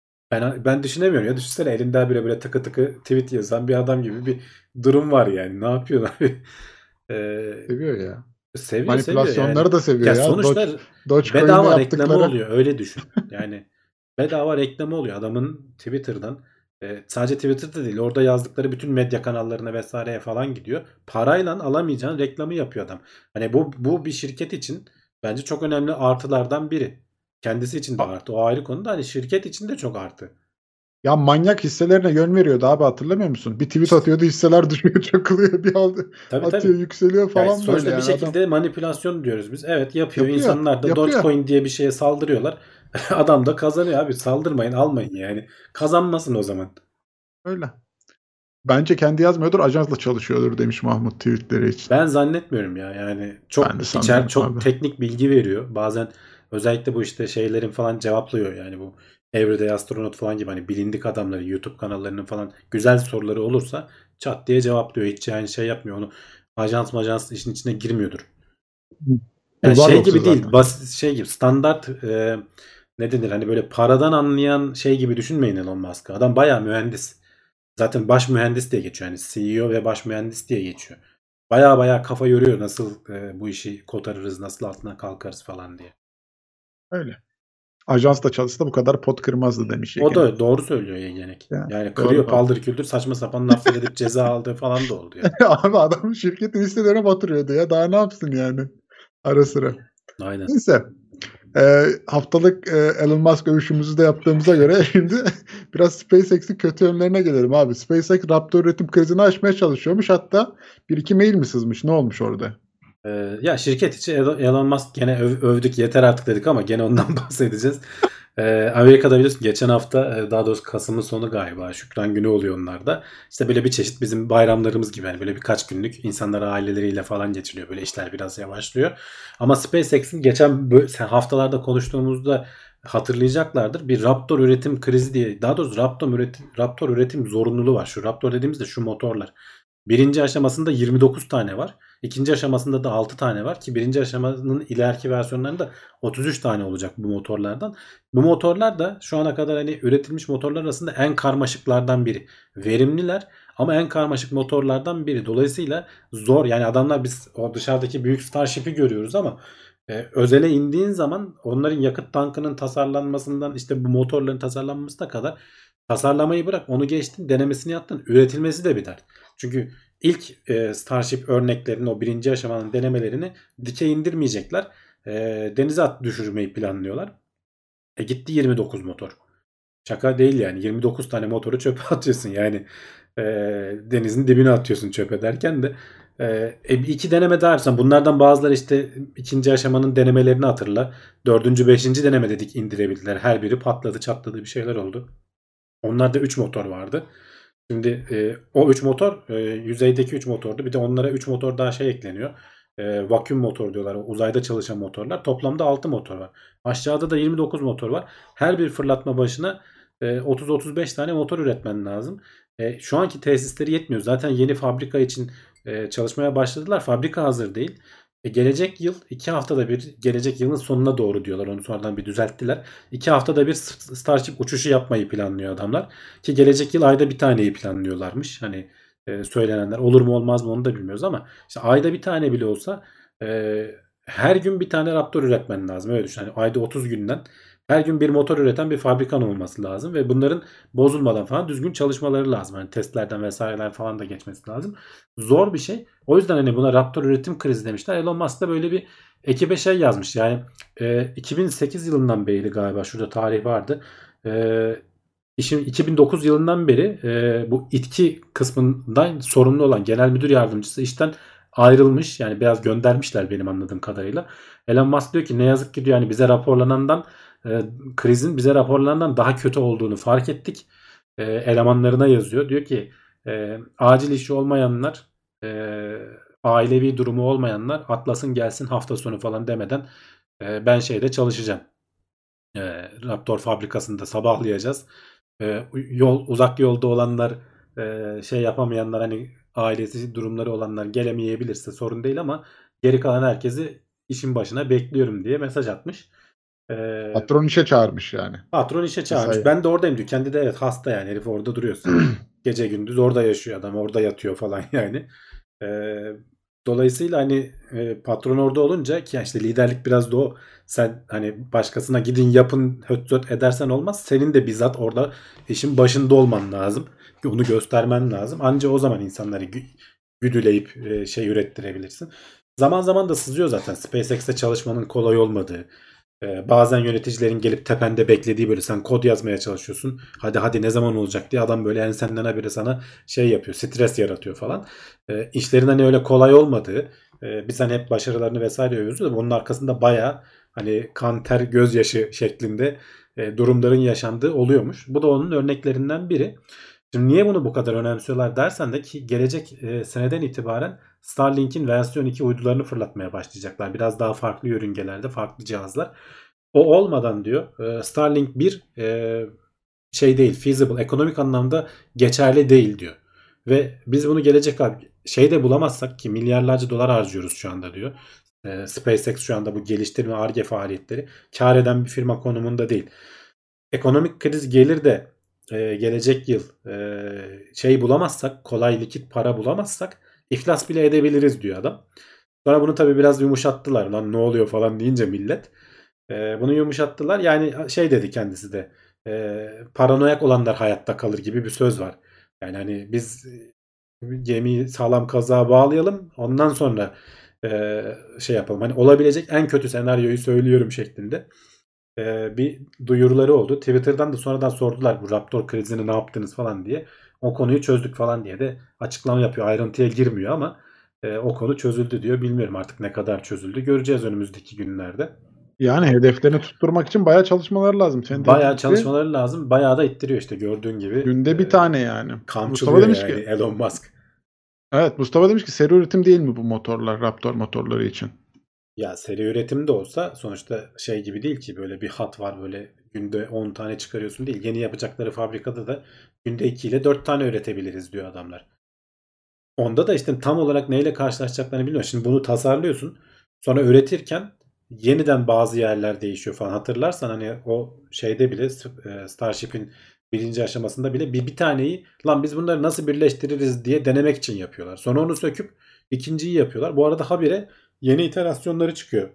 Ben düşünemiyorum. Ya düşünsene elinde böyle tıkı tıkı tweet yazan bir adam gibi bir durum var yani. Ne yapıyor abi? Seviyor ya. Seviyor yani. Manipülasyonları da seviyor Ya ya. sonuçta Dogecoin'de bedava reklamı yaptıkları. oluyor. Öyle düşün. Yani bedava reklamı oluyor. Adamın Twitter'dan sadece Twitter'da değil orada yazdıkları bütün medya kanallarına vesaireye falan gidiyor. Parayla alamayacağın reklamı yapıyor adam. Hani bu bir şirket için bence çok önemli artılardan biri. Kendisi için de artı. O ayrı konu da hani şirket için de çok artı. Ya manyak hisselerine yön veriyordu abi, hatırlamıyor musun? Bir tweet atıyordu, hisseler düşüyor, çakılıyor, bir aldı Tabii. atıyor, yükseliyor Yani falan böyle sonuçta bir yani adam. şekilde manipülasyon diyoruz biz. Evet yapıyor. Yapıyor. İnsanlar da Yapıyor. Dogecoin diye bir şeye saldırıyorlar. Adam da kazanıyor abi. Saldırmayın, almayın yani. Kazanmasın o zaman. Öyle. Bence kendi yazmıyordur, ajansla çalışıyordur demiş Mahmut tweetleri için. Ben zannetmiyorum ya. Yani Ben de sanmıyorum çok abi. teknik bilgi veriyor. Bazen özellikle bu işte şeylerin falan cevaplıyor. Yani bu Everyday Astronaut falan gibi hani bilindik adamları YouTube kanallarının falan güzel soruları olursa çat diye cevaplıyor. Hiç yani şey yapmıyor. Onu ajans işin içine girmiyordur. Yani Var şey yoksa gibi değil, zaten. basit şey gibi standart ne denir hani böyle paradan anlayan şey gibi düşünmeyin Elon Musk'ı. Adam bayağı mühendis. Zaten baş mühendis diye geçiyor. Yani CEO ve baş mühendis diye geçiyor. Bayağı kafa yoruyor nasıl bu işi kotarırız, nasıl altından kalkarız falan diye. Öyle. Ajansla çalışsa bu kadar pot kırmazdı demiş O Yegenek. da doğru söylüyor Yegenek. Ya, Yani doğru kırıyor abi. paldır küldür saçma sapan laflar edip ceza aldığı falan da oldu yani. Abi adam şirketin hisselerine batırıyordu ya. Daha ne yapsın yani ara sıra. Aynen. Neyse. Haftalık Elon Musk övüşümüzü de yaptığımıza göre şimdi biraz SpaceX'in kötü yönlerine gelelim abi. SpaceX Raptor üretim krizini aşmaya çalışıyormuş. Hatta bir iki mail mi sızmış? Ne olmuş orada? Ya şirket içi Elon Musk gene övdük yeter artık dedik ama gene ondan bahsedeceğiz. Amerika'da biliyorsun geçen hafta daha doğrusu Kasım'ın sonu galiba Şükran Günü oluyor onlarda. İşte böyle bir çeşit bizim bayramlarımız gibi yani böyle birkaç günlük insanlar aileleriyle falan geçiriyor. Böyle işler biraz yavaşlıyor. Ama SpaceX'in geçen haftalarda konuştuğumuzda hatırlayacaklardır. Bir Raptor üretim krizi diye daha doğrusu Raptor üretim zorunluluğu var. Şu Raptor dediğimizde şu motorlar. Birinci aşamasında 29 tane var. İkinci aşamasında da 6 tane var ki birinci aşamanın ileriki versiyonlarında 33 tane olacak bu motorlardan. Bu motorlar da şu ana kadar hani üretilmiş motorlar arasında en karmaşıklardan biri. Verimliler ama en karmaşık motorlardan biri. Dolayısıyla zor yani adamlar biz o dışarıdaki büyük Starship'i görüyoruz ama özele indiğin zaman onların yakıt tankının tasarlanmasından işte bu motorların tasarlanmasına kadar tasarlamayı bırak onu geçtin denemesini yaptın üretilmesi de bir dert. Çünkü ilk Starship örneklerinin o birinci aşamanın denemelerini dikey indirmeyecekler. Denize düşürmeyi planlıyorlar. Gitti 29 motor. Şaka değil yani 29 tane motoru çöpe atıyorsun yani denizin dibine atıyorsun çöpe derken de iki deneme daha yapsan bunlardan bazıları işte ikinci aşamanın denemelerini hatırla. Dördüncü, beşinci deneme dedik indirebildiler. Her biri patladı çatladı bir şeyler oldu. Onlarda 3 motor vardı. Şimdi o 3 motor yüzeydeki 3 motordu. Bir de onlara 3 motor daha şey ekleniyor. Vakyum motor diyorlar. Uzayda çalışan motorlar. Toplamda 6 motor var. Aşağıda da 29 motor var. Her bir fırlatma başına 30-35 tane motor üretmen lazım. Şu anki tesisleri yetmiyor. Zaten yeni fabrika için çalışmaya başladılar. Fabrika hazır değil. Gelecek yıl 2 haftada bir gelecek yılın sonuna doğru diyorlar. Onu sonradan bir düzelttiler. 2 haftada bir Starship uçuşu yapmayı planlıyor adamlar. Ki gelecek yıl ayda bir taneyi planlıyorlarmış. Hani söylenenler olur mu olmaz mı onu da bilmiyoruz ama işte ayda bir tane bile olsa her gün bir tane Raptor üretmen lazım. Öyle düşün. Hani ayda 30 günden her gün bir motor üreten bir fabrikan olması lazım ve bunların bozulmadan falan düzgün çalışmaları lazım. Hani testlerden vesaireler falan da geçmesi lazım. Zor bir şey. O yüzden hani buna Raptor üretim krizi demişler. Elon Musk da böyle bir ekibe şey yazmış. Yani 2008 yılından beri galiba şurada tarih vardı. İşin 2009 yılından beri bu itki kısmından sorumlu olan genel müdür yardımcısı işten ayrılmış. Yani biraz göndermişler benim anladığım kadarıyla. Elon Musk diyor ki ne yazık ki diyor yani bize raporlanandan krizin bize raporlanandan daha kötü olduğunu fark ettik. Elemanlarına yazıyor. Diyor ki acil işi olmayanlar ailevi durumu olmayanlar atlasın gelsin hafta sonu falan demeden ben şeyde çalışacağım. Raptor fabrikasında sabahlayacağız. Uzak yolda olanlar şey yapamayanlar hani ailesi durumları olanlar gelemeyebilirse sorun değil ama geri kalan herkesi işin başına bekliyorum diye mesaj atmış. Patron işe çağırmış yani. Patron işe çağırmış. Mesai. Ben de oradayım diyor. Kendi de evet hasta yani herif orada duruyorsun. Gece gündüz orada yaşıyor adam. Orada yatıyor falan yani. Dolayısıyla hani patron orada olunca ki işte liderlik biraz da o. Sen hani başkasına gidin yapın höt höt edersen olmaz. Senin de bizzat orada işin başında olman lazım. Onu göstermen lazım. Anca o zaman insanları güdüleyip şey ürettirebilirsin. Zaman zaman da sızıyor zaten SpaceX'te çalışmanın kolay olmadığı. Bazen yöneticilerin gelip tepende beklediği böyle sen kod yazmaya çalışıyorsun. Hadi ne zaman olacak diye adam böyle ensenden haberi sana şey yapıyor. Stres yaratıyor falan. İşlerin hani öyle kolay olmadığı. Biz hani hep başarılarını vesaire övüyoruz da bunun arkasında baya hani kan ter gözyaşı şeklinde durumların yaşandığı oluyormuş. Bu da onun örneklerinden biri. Şimdi niye bunu bu kadar önemsiyorlar dersen de ki gelecek seneden itibaren Starlink'in versiyon 2 uydularını fırlatmaya başlayacaklar. Biraz daha farklı yörüngelerde, farklı cihazlar. O olmadan diyor Starlink 1 şey değil, feasible, ekonomik anlamda geçerli değil diyor. Ve biz bunu gelecek abi şeyde bulamazsak ki milyarlarca dolar harcıyoruz şu anda diyor. SpaceX şu anda bu geliştirme Ar-Ge faaliyetleri kar eden bir firma konumunda değil. Ekonomik kriz gelir de gelecek yıl şey bulamazsak, kolay likit para bulamazsak iflas bile edebiliriz diyor adam. Sonra bunu tabii biraz yumuşattılar. Lan ne oluyor falan deyince millet. Bunu yumuşattılar. Yani şey dedi kendisi de paranoyak olanlar hayatta kalır gibi bir söz var. Yani hani biz gemiyi sağlam kazığa bağlayalım. Ondan sonra şey yapalım. Hani olabilecek en kötü senaryoyu söylüyorum şeklinde bir duyuruları oldu. Twitter'dan da sonradan sordular bu Raptor krizini ne yaptınız falan diye. O konuyu çözdük falan diye de açıklama yapıyor. Ayrıntıya girmiyor ama o konu çözüldü diyor. Bilmiyorum artık ne kadar çözüldü. Göreceğiz önümüzdeki günlerde. Yani hedeflerini tutturmak için bayağı çalışmaları lazım. Senin dediğin Bayağı gibi çalışmaları lazım. Bayağı da ittiriyor işte gördüğün gibi. günde bir tane yani. Mustafa Kamçılıyor demiş yani ki Elon Musk. evet, Mustafa demiş ki seri üretim değil mi bu motorlar, Raptor motorları için? Ya seri üretim de olsa sonuçta şey gibi değil ki böyle bir hat var böyle günde 10 tane çıkarıyorsun değil. Yeni yapacakları fabrikada da günde 2 ile 4 tane üretebiliriz diyor adamlar. Onda da işte tam olarak neyle karşılaşacaklarını bilmiyorum. Şimdi bunu tasarlıyorsun. Sonra üretirken yeniden bazı yerler değişiyor falan. Hatırlarsan hani o şeyde bile Starship'in birinci aşamasında bile bir taneyi lan biz bunları nasıl birleştiririz diye denemek için yapıyorlar. Sonra onu söküp ikinciyi yapıyorlar. Bu arada habire yeni iterasyonları çıkıyor.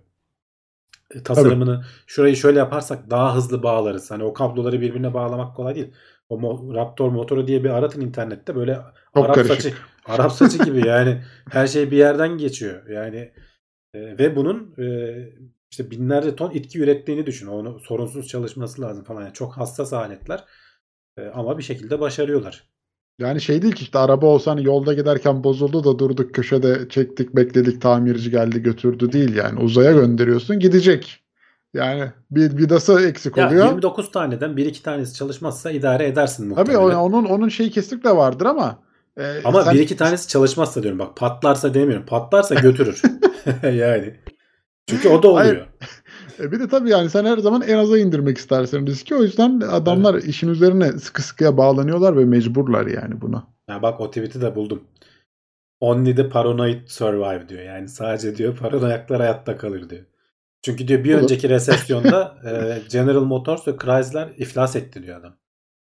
Tabii. Tasarımını şurayı şöyle yaparsak daha hızlı bağlarız. Hani o kabloları birbirine bağlamak kolay değil. O Raptor motoru diye bir aratın internette böyle Çok Arap saçı karışık. Arap saçı gibi yani her şey bir yerden geçiyor. Yani ve bunun işte binlerce ton itki ürettiğini düşün. Onu sorunsuz çalışması lazım falan. Yani çok hassas aletler ama bir şekilde başarıyorlar. Yani şey değil ki işte araba olsa hani yolda giderken bozuldu da durduk köşede çektik bekledik tamirci geldi götürdü değil yani. Uzaya gönderiyorsun gidecek. Yani bir vidası eksik Ya oluyor. 29 taneden bir iki tanesi çalışmazsa idare edersin Tabii muhtemelen. onun şeyi kesinlikle vardır ama Ama bir sen iki tanesi çalışmazsa diyorum bak patlarsa demiyorum. Patlarsa götürür. Yani. Çünkü o da hayır. oluyor. Bir de tabii yani sen her zaman en aza indirmek istersin riski. O yüzden Tabii. adamlar işin üzerine sıkı sıkıya bağlanıyorlar ve mecburlar yani buna. Ya bak o tweet'i de buldum. Only the paranoid survive diyor. Yani sadece diyor paranoyaklar hayatta kalır diyor. Çünkü diyor bir Olur. önceki resesyonda General Motors ve Chrysler iflas etti diyor adam.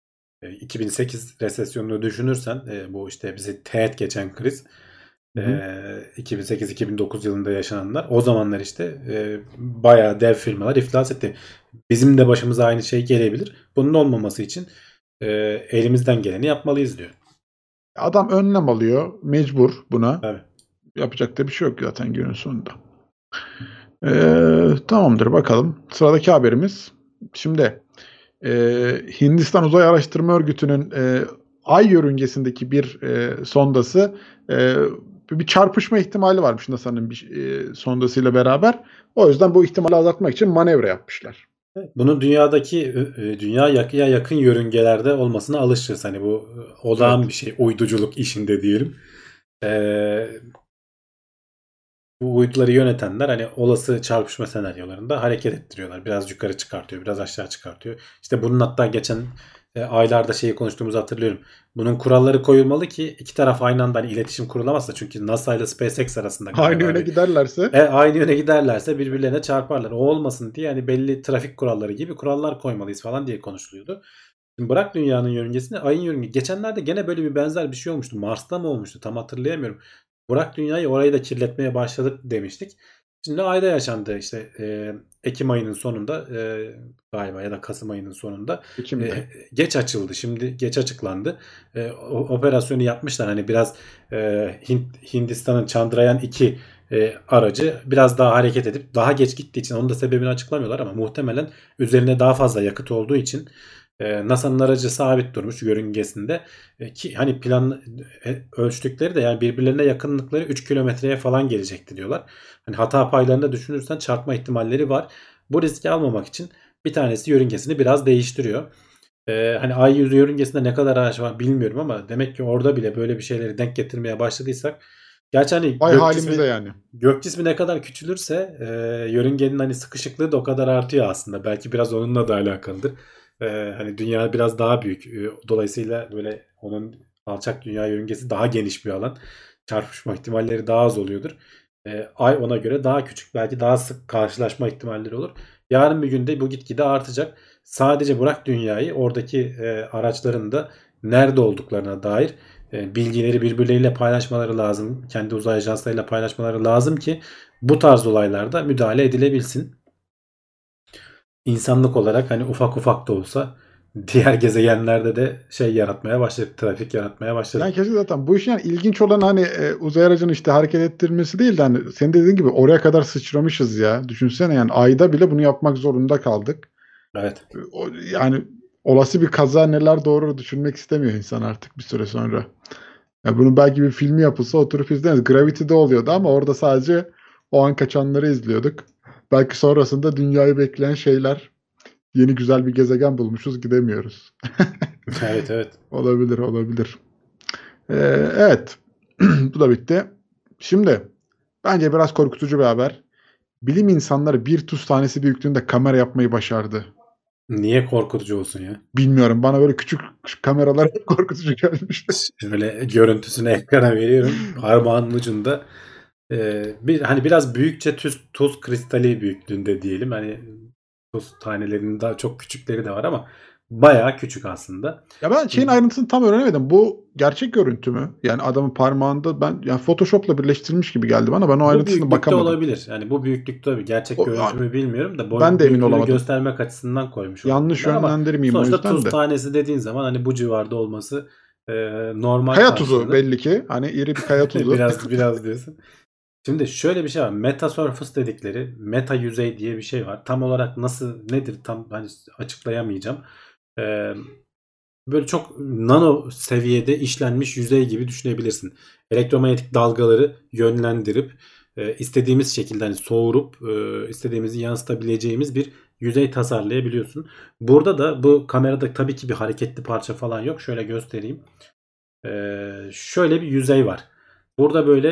2008 resesyonunu düşünürsen bu işte bizi teğet geçen kriz Hı hı. 2008-2009 yılında yaşananlar o zamanlar işte bayağı dev firmalar iflas etti. Bizim de başımıza aynı şey gelebilir. Bunun olmaması için elimizden geleni yapmalıyız diyor. Adam önlem alıyor. Mecbur buna. Tabii. Yapacak da bir şey yok zaten günün sonunda. Tamamdır bakalım. Sıradaki haberimiz. Şimdi Hindistan Uzay Araştırma Örgütü'nün Ay yörüngesindeki bir sondası bir çarpışma ihtimali varmış NASA'nın bir sondasıyla beraber. O yüzden bu ihtimali azaltmak için manevra yapmışlar. Bunun dünyadaki dünya yakın yörüngelerde olmasına alışırız. Hani bu olağan Evet. bir şey. Uyduculuk işinde diyelim. Bu uyduları yönetenler hani olası çarpışma senaryolarında hareket ettiriyorlar. Biraz yukarı çıkartıyor, biraz aşağı çıkartıyor. İşte bunun hatta geçen aylarda şeyi konuştuğumuzu hatırlıyorum. Bunun kuralları koyulmalı ki iki taraf aynı anda hani iletişim kurulamazsa çünkü NASA ile SpaceX arasında Aynı galiba yöne bir giderlerse aynı yöne giderlerse birbirlerine çarparlar. O olmasın diye yani belli trafik kuralları gibi kurallar koymalıyız falan diye konuşuluyordu. Şimdi bırak dünyanın yörüngesini ayın yörüngesi. Geçenlerde gene böyle bir benzer bir şey olmuştu. Mars'ta mı olmuştu? Tam hatırlayamıyorum. Bırak dünyayı orayı da kirletmeye başladık demiştik. Şimdi ayda yaşandı işte Ekim ayının sonunda galiba ya da Kasım ayının sonunda Ekim'de. geç açıldı. Şimdi geç açıklandı. Operasyonu yapmışlar. Hani biraz Hindistan'ın Chandrayaan 2 aracı biraz daha hareket edip daha geç gittiği için onun da sebebini açıklamıyorlar ama muhtemelen üzerine daha fazla yakıt olduğu için NASA'nın aracı sabit durmuş yörüngesinde ki hani plan ölçtükleri de yani birbirlerine yakınlıkları 3 kilometreye falan gelecekti diyorlar. Hani hata paylarını da düşünürsen çarpma ihtimalleri var. Bu riski almamak için bir tanesi yörüngesini biraz değiştiriyor. Hani ay yüzü yörüngesinde ne kadar araç var bilmiyorum ama demek ki orada bile böyle bir şeyleri denk getirmeye başladıysak gerçi hani Vay halimize yani. gök cismi ne kadar küçülürse yörüngenin hani sıkışıklığı da o kadar artıyor aslında. Belki biraz onunla da alakalıdır. Hani dünya biraz daha büyük. Dolayısıyla böyle onun alçak dünya yörüngesi daha geniş bir alan. Çarpışma ihtimalleri daha az oluyordur. Ay ona göre daha küçük. Belki daha sık karşılaşma ihtimalleri olur. Yarın bir günde bu gitgide artacak. Sadece bırak dünyayı oradaki araçların da nerede olduklarına dair bilgileri birbirleriyle paylaşmaları lazım. Kendi uzay ajanslarıyla paylaşmaları lazım ki bu tarz olaylarda müdahale edilebilsin. İnsanlık olarak hani ufak ufak da olsa diğer gezegenlerde de şey yaratmaya başladık. Trafik yaratmaya başladık. Yani kesin zaten bu işin yani ilginç olan hani uzay aracını işte hareket ettirmesi değil de hani senin dediğin gibi oraya kadar sıçramışız ya. Düşünsene yani ayda bile bunu yapmak zorunda kaldık. Evet. Yani olası bir kaza neler doğurur düşünmek istemiyor insan artık bir süre sonra. Ya bunun belki bir filmi yapılsa oturup izleriz. Gravity'de oluyordu ama orada sadece o an kaçanları izliyorduk. Belki sonrasında dünyayı bekleyen şeyler, yeni güzel bir gezegen bulmuşuz, gidemiyoruz. Evet, evet. Olabilir, olabilir. Evet. Bu da bitti. Şimdi bence biraz korkutucu bir haber. Bilim insanları bir tuz tanesi büyüklüğünde kamera yapmayı başardı. Niye korkutucu olsun ya? Bilmiyorum. Bana böyle küçük kameralar korkutucu gelmişti. Şöyle görüntüsünü ekrana veriyorum. Parmağının ucunda bir hani biraz büyükçe tuz kristali büyüklüğünde diyelim. Hani tuz tanelerinin daha çok küçükleri de var ama bayağı küçük aslında. Ya ben şeyin ayrıntısını tam öğrenemedim. Bu gerçek görüntü mü? Yani adamın parmağında ben yani Photoshop'la birleştirilmiş gibi geldi bana. Ben o Bu ayrıntısına büyüklükte bakamadım. olabilir. Yani bu büyüklükte tabii gerçek O, görüntü mü bilmiyorum da ben de emin büyüklüğünü olamadım. göstermek açısından koymuş Yanlış olabilirler ama yönlendirmeyeyim o sonuçta yüzden tuz de. tanesi dediğin zaman hani bu civarda olması normal Kaya tuzu karşılanır. belli ki. Hani iri bir kaya tuzu. Biraz diyorsun. Şimdi şöyle bir şey var. Metasurface dedikleri meta yüzey diye bir şey var. Tam olarak nedir tam hani açıklayamayacağım. Ee, Böyle çok nano seviyede işlenmiş yüzey gibi düşünebilirsin. Elektromanyetik dalgaları yönlendirip istediğimiz şekilde hani soğurup istediğimizi yansıtabileceğimiz bir yüzey tasarlayabiliyorsun. Burada da bu kamerada tabii ki bir hareketli parça falan yok. Şöyle göstereyim. Şöyle bir yüzey var. Burada böyle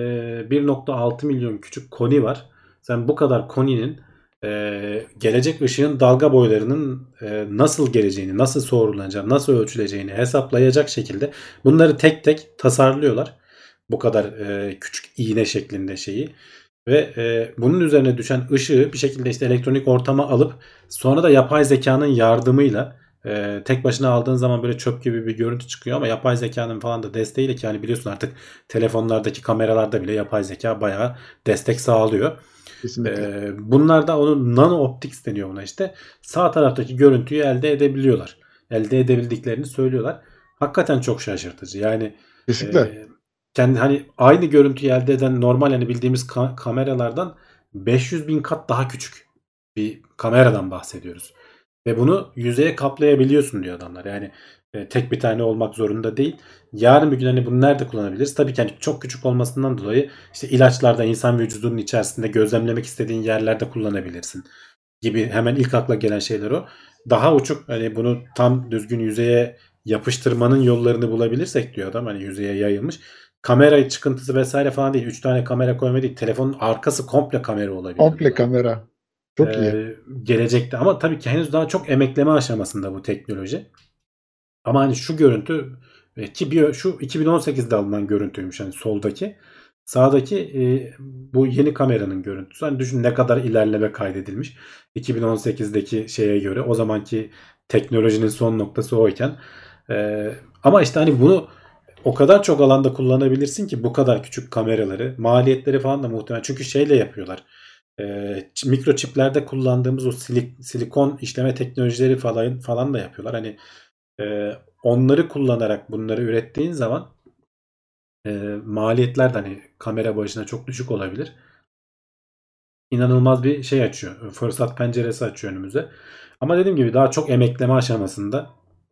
1,6 milyon küçük koni var. Sen bu kadar koninin gelecek ışığın dalga boylarının nasıl geleceğini, nasıl soğurulacağını, nasıl ölçüleceğini hesaplayacak şekilde bunları tek tek tasarlıyorlar. Bu kadar küçük iğne şeklinde şeyi. Ve bunun üzerine düşen ışığı bir şekilde işte elektronik ortama alıp sonra da yapay zekanın yardımıyla tek başına aldığın zaman böyle çöp gibi bir görüntü çıkıyor ama yapay zekanın falan da desteğiyle ki hani biliyorsun artık telefonlardaki kameralarda bile yapay zeka bayağı destek sağlıyor. Kesinlikle. Bunlar da onun nano optics deniyor buna işte. Sağ taraftaki görüntüyü elde edebiliyorlar. Elde edebildiklerini söylüyorlar. Hakikaten çok şaşırtıcı. Yani Kesinlikle. kendi hani aynı görüntüyü elde eden normal hani bildiğimiz kameralardan 500 bin kat daha küçük bir kameradan bahsediyoruz. Ve bunu yüzeye kaplayabiliyorsun diyor adamlar. Yani tek bir tane olmak zorunda değil. Yarın bir gün hani bunu nerede kullanabiliriz? Tabii ki hani çok küçük olmasından dolayı işte ilaçlarda insan vücudunun içerisinde gözlemlemek istediğin yerlerde kullanabilirsin gibi hemen ilk akla gelen şeyler o. Daha uçuk hani bunu tam düzgün yüzeye yapıştırmanın yollarını bulabilirsek diyor adam hani yüzeye yayılmış. Kamera çıkıntısı vesaire falan değil. 3 tane kamera koyma değil. Telefonun arkası komple kamera olabilir Komple diyor. kamera. Çok iyi. Gelecekte ama tabii ki henüz daha çok emekleme aşamasında bu teknoloji. Ama hani şu görüntü ki şu 2018'de alınan görüntüymüş hani soldaki. Sağdaki bu yeni kameranın görüntüsü. Hani düşün ne kadar ilerleme kaydedilmiş. 2018'deki şeye göre o zamanki teknolojinin son noktası oyken. Ama işte hani bunu o kadar çok alanda kullanabilirsin ki bu kadar küçük kameraları, maliyetleri falan da muhtemelen. Çünkü şeyle yapıyorlar. Mikroçiplerde kullandığımız o silikon işleme teknolojileri falan da yapıyorlar. Hani onları kullanarak bunları ürettiğin zaman maliyetler de hani kamera başına çok düşük olabilir. İnanılmaz bir şey açıyor. Fırsat penceresi açıyor önümüze. Ama dediğim gibi daha çok emekleme aşamasında.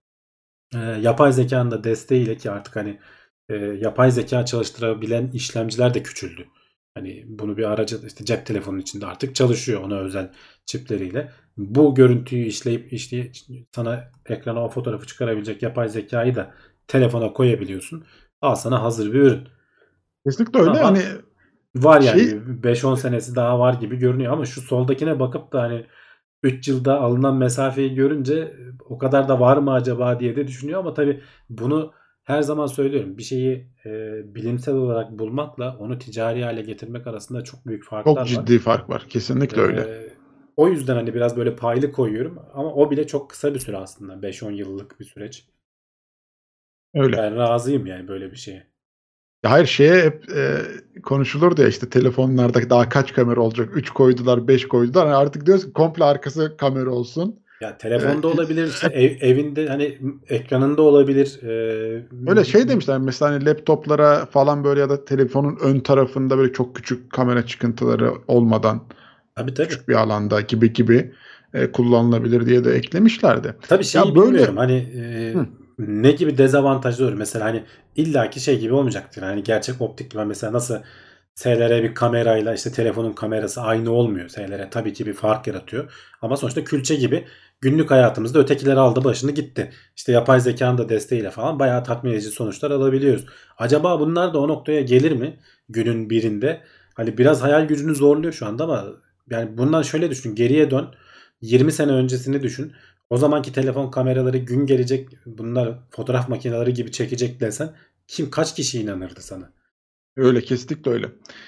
Yapay zekanın da desteğiyle ki artık hani yapay zeka çalıştırabilen işlemciler de küçüldü. Hani bunu bir araca işte cep telefonunun içinde artık çalışıyor ona özel çipleriyle. Bu görüntüyü işleyip işte sana ekrana o fotoğrafı çıkarabilecek yapay zekayı da telefona koyabiliyorsun. Al sana hazır bir ürün. Kesinlikle öyle. Hani Ama var yani şey bir 5-10 senesi daha var gibi görünüyor ama şu soldakine bakıp da hani 3 yılda alınan mesafeyi görünce o kadar da var mı acaba diye de düşünüyor ama tabii bunu her zaman söylüyorum. Bir şeyi bilimsel olarak bulmakla onu ticari hale getirmek arasında çok büyük çok farklar var. ciddi fark var. Kesinlikle öyle. O yüzden hani biraz böyle paylı koyuyorum ama o bile çok kısa bir süre aslında. 5-10 yıllık bir süreç. Öyle. Ben razıyım yani böyle bir şeye. Ya hayır şeye hep konuşulurdu ya işte telefonlarda daha kaç kamera olacak? 3 koydular, 5 koydular. Yani artık diyoruz ki komple arkası kamera olsun. Ya telefonda olabilir, işte evinde hani ekranında olabilir. Öyle şey demişler mesela hani laptoplara falan böyle ya da telefonun ön tarafında böyle çok küçük kamera çıkıntıları olmadan Tabii tabii. küçük bir alanda gibi kullanılabilir diye de eklemişlerdi. Tabii Ya şeyi böyle bilmiyorum hani hı, ne gibi dezavantajlı olur. Mesela hani illaki şey gibi olmayacaktır. Hani gerçek optik gibi mesela nasıl SLR bir kamerayla işte telefonun kamerası aynı olmuyor. SLR tabii ki bir fark yaratıyor. Ama sonuçta külçe gibi günlük hayatımızda ötekileri aldı başını gitti. İşte yapay zekanın da desteğiyle falan bayağı tatmin edici sonuçlar alabiliyoruz. Acaba bunlar da o noktaya gelir mi günün birinde? Hani biraz hayal gücünü zorluyor şu anda ama yani bundan şöyle düşün. Geriye dön. 20 sene öncesini düşün. O zamanki telefon kameraları gün gelecek bunlar fotoğraf makineleri gibi çekecek desen kaç kişi inanırdı sana? öyle kesinlikle öyle.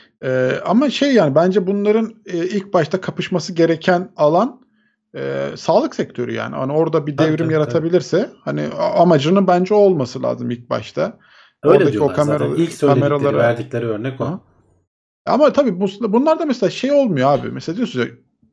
Ama şey yani bence bunların ilk başta kapışması gereken alan sağlık sektörü yani. Hani orada bir Tabii devrim tabii tabii. yaratabilirse hani amacının bence o olması lazım ilk başta. Öyle Oradaki o diyorlar zaten. İlk söyledikleri, kameralara. verdikleri örnek Aha. o. Ama tabii bunlar da mesela şey olmuyor abi. Mesela diyorsunuz ya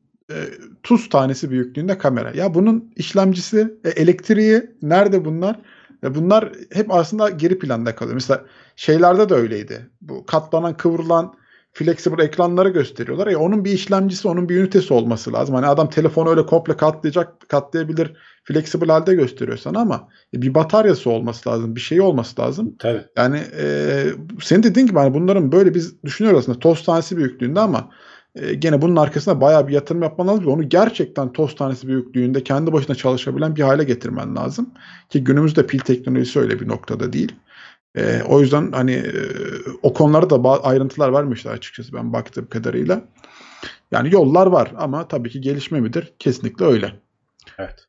tuz tanesi büyüklüğünde kamera. Ya bunun işlemcisi, elektriği nerede bunlar? Bunlar hep aslında geri planda kalıyor. Mesela şeylerde de öyleydi. Bu katlanan, kıvrılan flexible ekranları gösteriyorlar. Onun bir işlemcisi, onun bir ünitesi olması lazım. Hani adam telefonu öyle komple katlayabilir, flexible halde gösteriyor sana ama bir bataryası olması lazım, bir şey olması lazım. Tabii. Yani senin dediğin gibi hani bunların böyle biz düşünüyoruz aslında toz tanesi büyüklüğünde ama gene bunun arkasında bayağı bir yatırım yapman lazım. Onu gerçekten toz tanesi büyüklüğünde kendi başına çalışabilen bir hale getirmen lazım. Ki günümüzde pil teknolojisi öyle bir noktada değil. O yüzden hani o konularda da ayrıntılar vermişler açıkçası ben baktığım kadarıyla. Yani yollar var ama tabii ki gelişme midir? Kesinlikle öyle. Evet.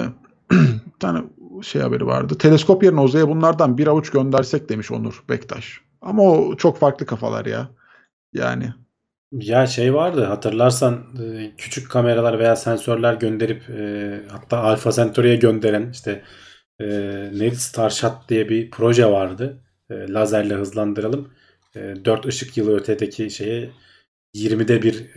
Bir tane şey haberi vardı. Teleskop yerine uzaya bunlardan bir avuç göndersek demiş Onur Bektaş. Ama o çok farklı kafalar ya. Yani. Ya şey vardı hatırlarsan küçük kameralar veya sensörler gönderip hatta Alpha Centauri'ye gönderen işte neydi Starshot diye bir proje vardı. Lazerle hızlandıralım. 4 ışık yılı ötedeki şeye 20'de bir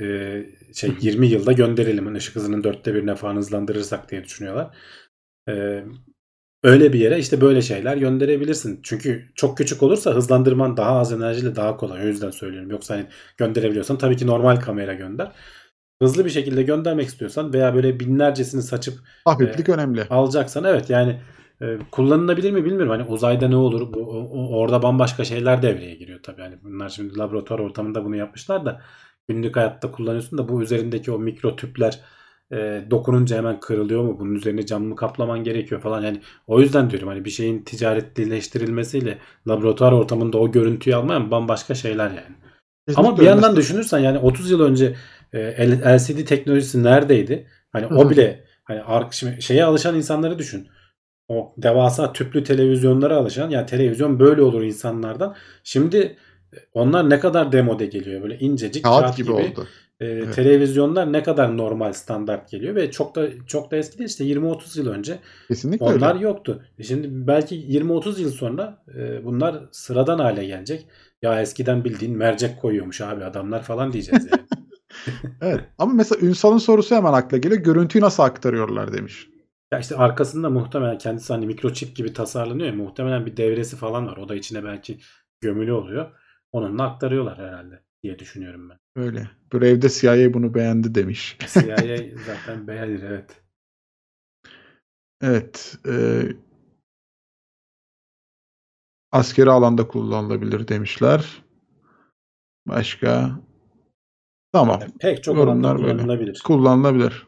20 yılda gönderelim. Yani ışık hızının 4'te 1'ine falan hızlandırırsak diye düşünüyorlar. E, Öyle bir yere işte böyle şeyler gönderebilirsin. Çünkü çok küçük olursa hızlandırman daha az enerjiyle daha kolay. O yüzden söylüyorum. Yoksa hani gönderebiliyorsan tabii ki normal kamera gönder. Hızlı bir şekilde göndermek istiyorsan veya böyle binlercesini saçıp e, Hafiflik önemli. alacaksan evet yani kullanılabilir mi bilmiyorum. Hani uzayda ne olur? Orada bambaşka şeyler devreye giriyor tabii. Yani bunlar şimdi laboratuvar ortamında bunu yapmışlar da günlük hayatta kullanıyorsun da bu üzerindeki o mikro tüpler dokununca hemen kırılıyor mu? Bunun üzerine cam mı kaplaman gerekiyor falan. Yani o yüzden diyorum hani bir şeyin ticaretleştirilmesiyle laboratuvar ortamında o görüntüyü almayan bambaşka şeyler yani. Ama Kesinlikle bir öyle. yandan Mesela düşünürsen yani 30 yıl önce LCD teknolojisi neredeydi? Hani o bile hani şimdi şeye alışan insanları düşün. O devasa tüplü televizyonlara alışan yani televizyon böyle olur insanlardan. Şimdi onlar ne kadar demode geliyor böyle incecik kağıt kağıt gibi gibi oldu. Evet. televizyonlar ne kadar normal standart geliyor ve çok da eski değil işte 20-30 yıl önce Kesinlikle onlar öyle. yoktu. Şimdi belki 20-30 yıl sonra bunlar sıradan hale gelecek. Ya eskiden bildiğin mercek koyuyormuş abi adamlar falan diyeceğiz yani. Evet. Ama mesela Ünsal'ın sorusu hemen akla geliyor. Görüntüyü nasıl aktarıyorlar demiş. Ya işte arkasında muhtemelen kendisi hani mikroçip gibi tasarlanıyor ya muhtemelen bir devresi falan var. O da içine belki gömülü oluyor. Onunla aktarıyorlar herhalde diye düşünüyorum ben. Öyle. Brave'de CIA bunu beğendi demiş. CIA zaten beğenir evet. Evet. Askeri alanda kullanılabilir demişler. Başka. Tamam. Yani pek çok alanda Yorumlar böyle. kullanılabilir. Kullanılabilir.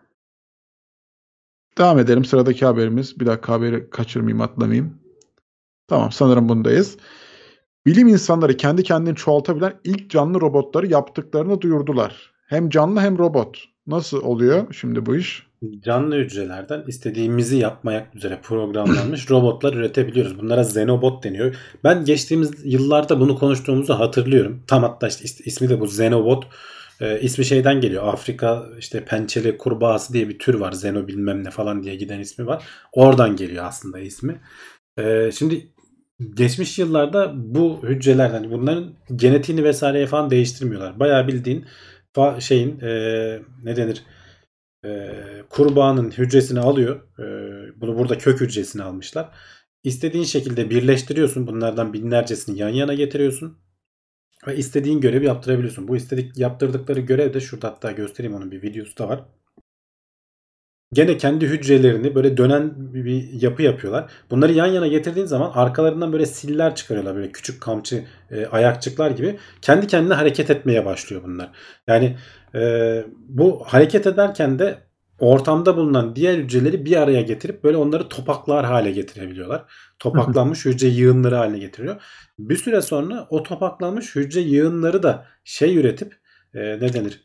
Devam edelim. Sıradaki haberimiz. Bir dakika haberi kaçırmayayım, atlamayayım. Tamam, sanırım bundayız. Bilim insanları kendi kendini çoğaltabilen ilk canlı robotları yaptıklarını duyurdular. Hem canlı hem robot. Nasıl oluyor şimdi bu iş? Canlı hücrelerden istediğimizi yapmak üzere programlanmış robotlar üretebiliyoruz. Bunlara Xenobot deniyor. Ben geçtiğimiz yıllarda bunu konuştuğumuzu hatırlıyorum. Tam hatta işte ismi de bu Xenobot. İsmi şeyden geliyor. Afrika işte pençeli kurbağası diye bir tür var. Xeno bilmem ne falan diye giden ismi var. Oradan geliyor aslında ismi. Şimdi geçmiş yıllarda bu hücrelerden bunların genetiğini vesaireye falan değiştirmiyorlar. Bayağı bildiğin şeyin ne denir? kurbağanın hücresini alıyor. Bunu burada kök hücresini almışlar. İstediğin şekilde birleştiriyorsun. Bunlardan binlercesini yan yana getiriyorsun. Ve istediğin görevi yaptırabiliyorsun. Bu yaptırdıkları görev de şurada, hatta göstereyim, onun bir videosu da var. Gene kendi hücrelerini böyle dönen bir yapı yapıyorlar. Bunları yan yana getirdiğin zaman arkalarından böyle siller çıkarıyorlar. Böyle küçük kamçı ayakçıklar gibi. Kendi kendine hareket etmeye başlıyor bunlar. Yani bu hareket ederken de ortamda bulunan diğer hücreleri bir araya getirip böyle onları topaklar hale getirebiliyorlar. Topaklanmış hücre yığınları haline getiriyor. Bir süre sonra o topaklanmış hücre yığınları da üretip ne denir?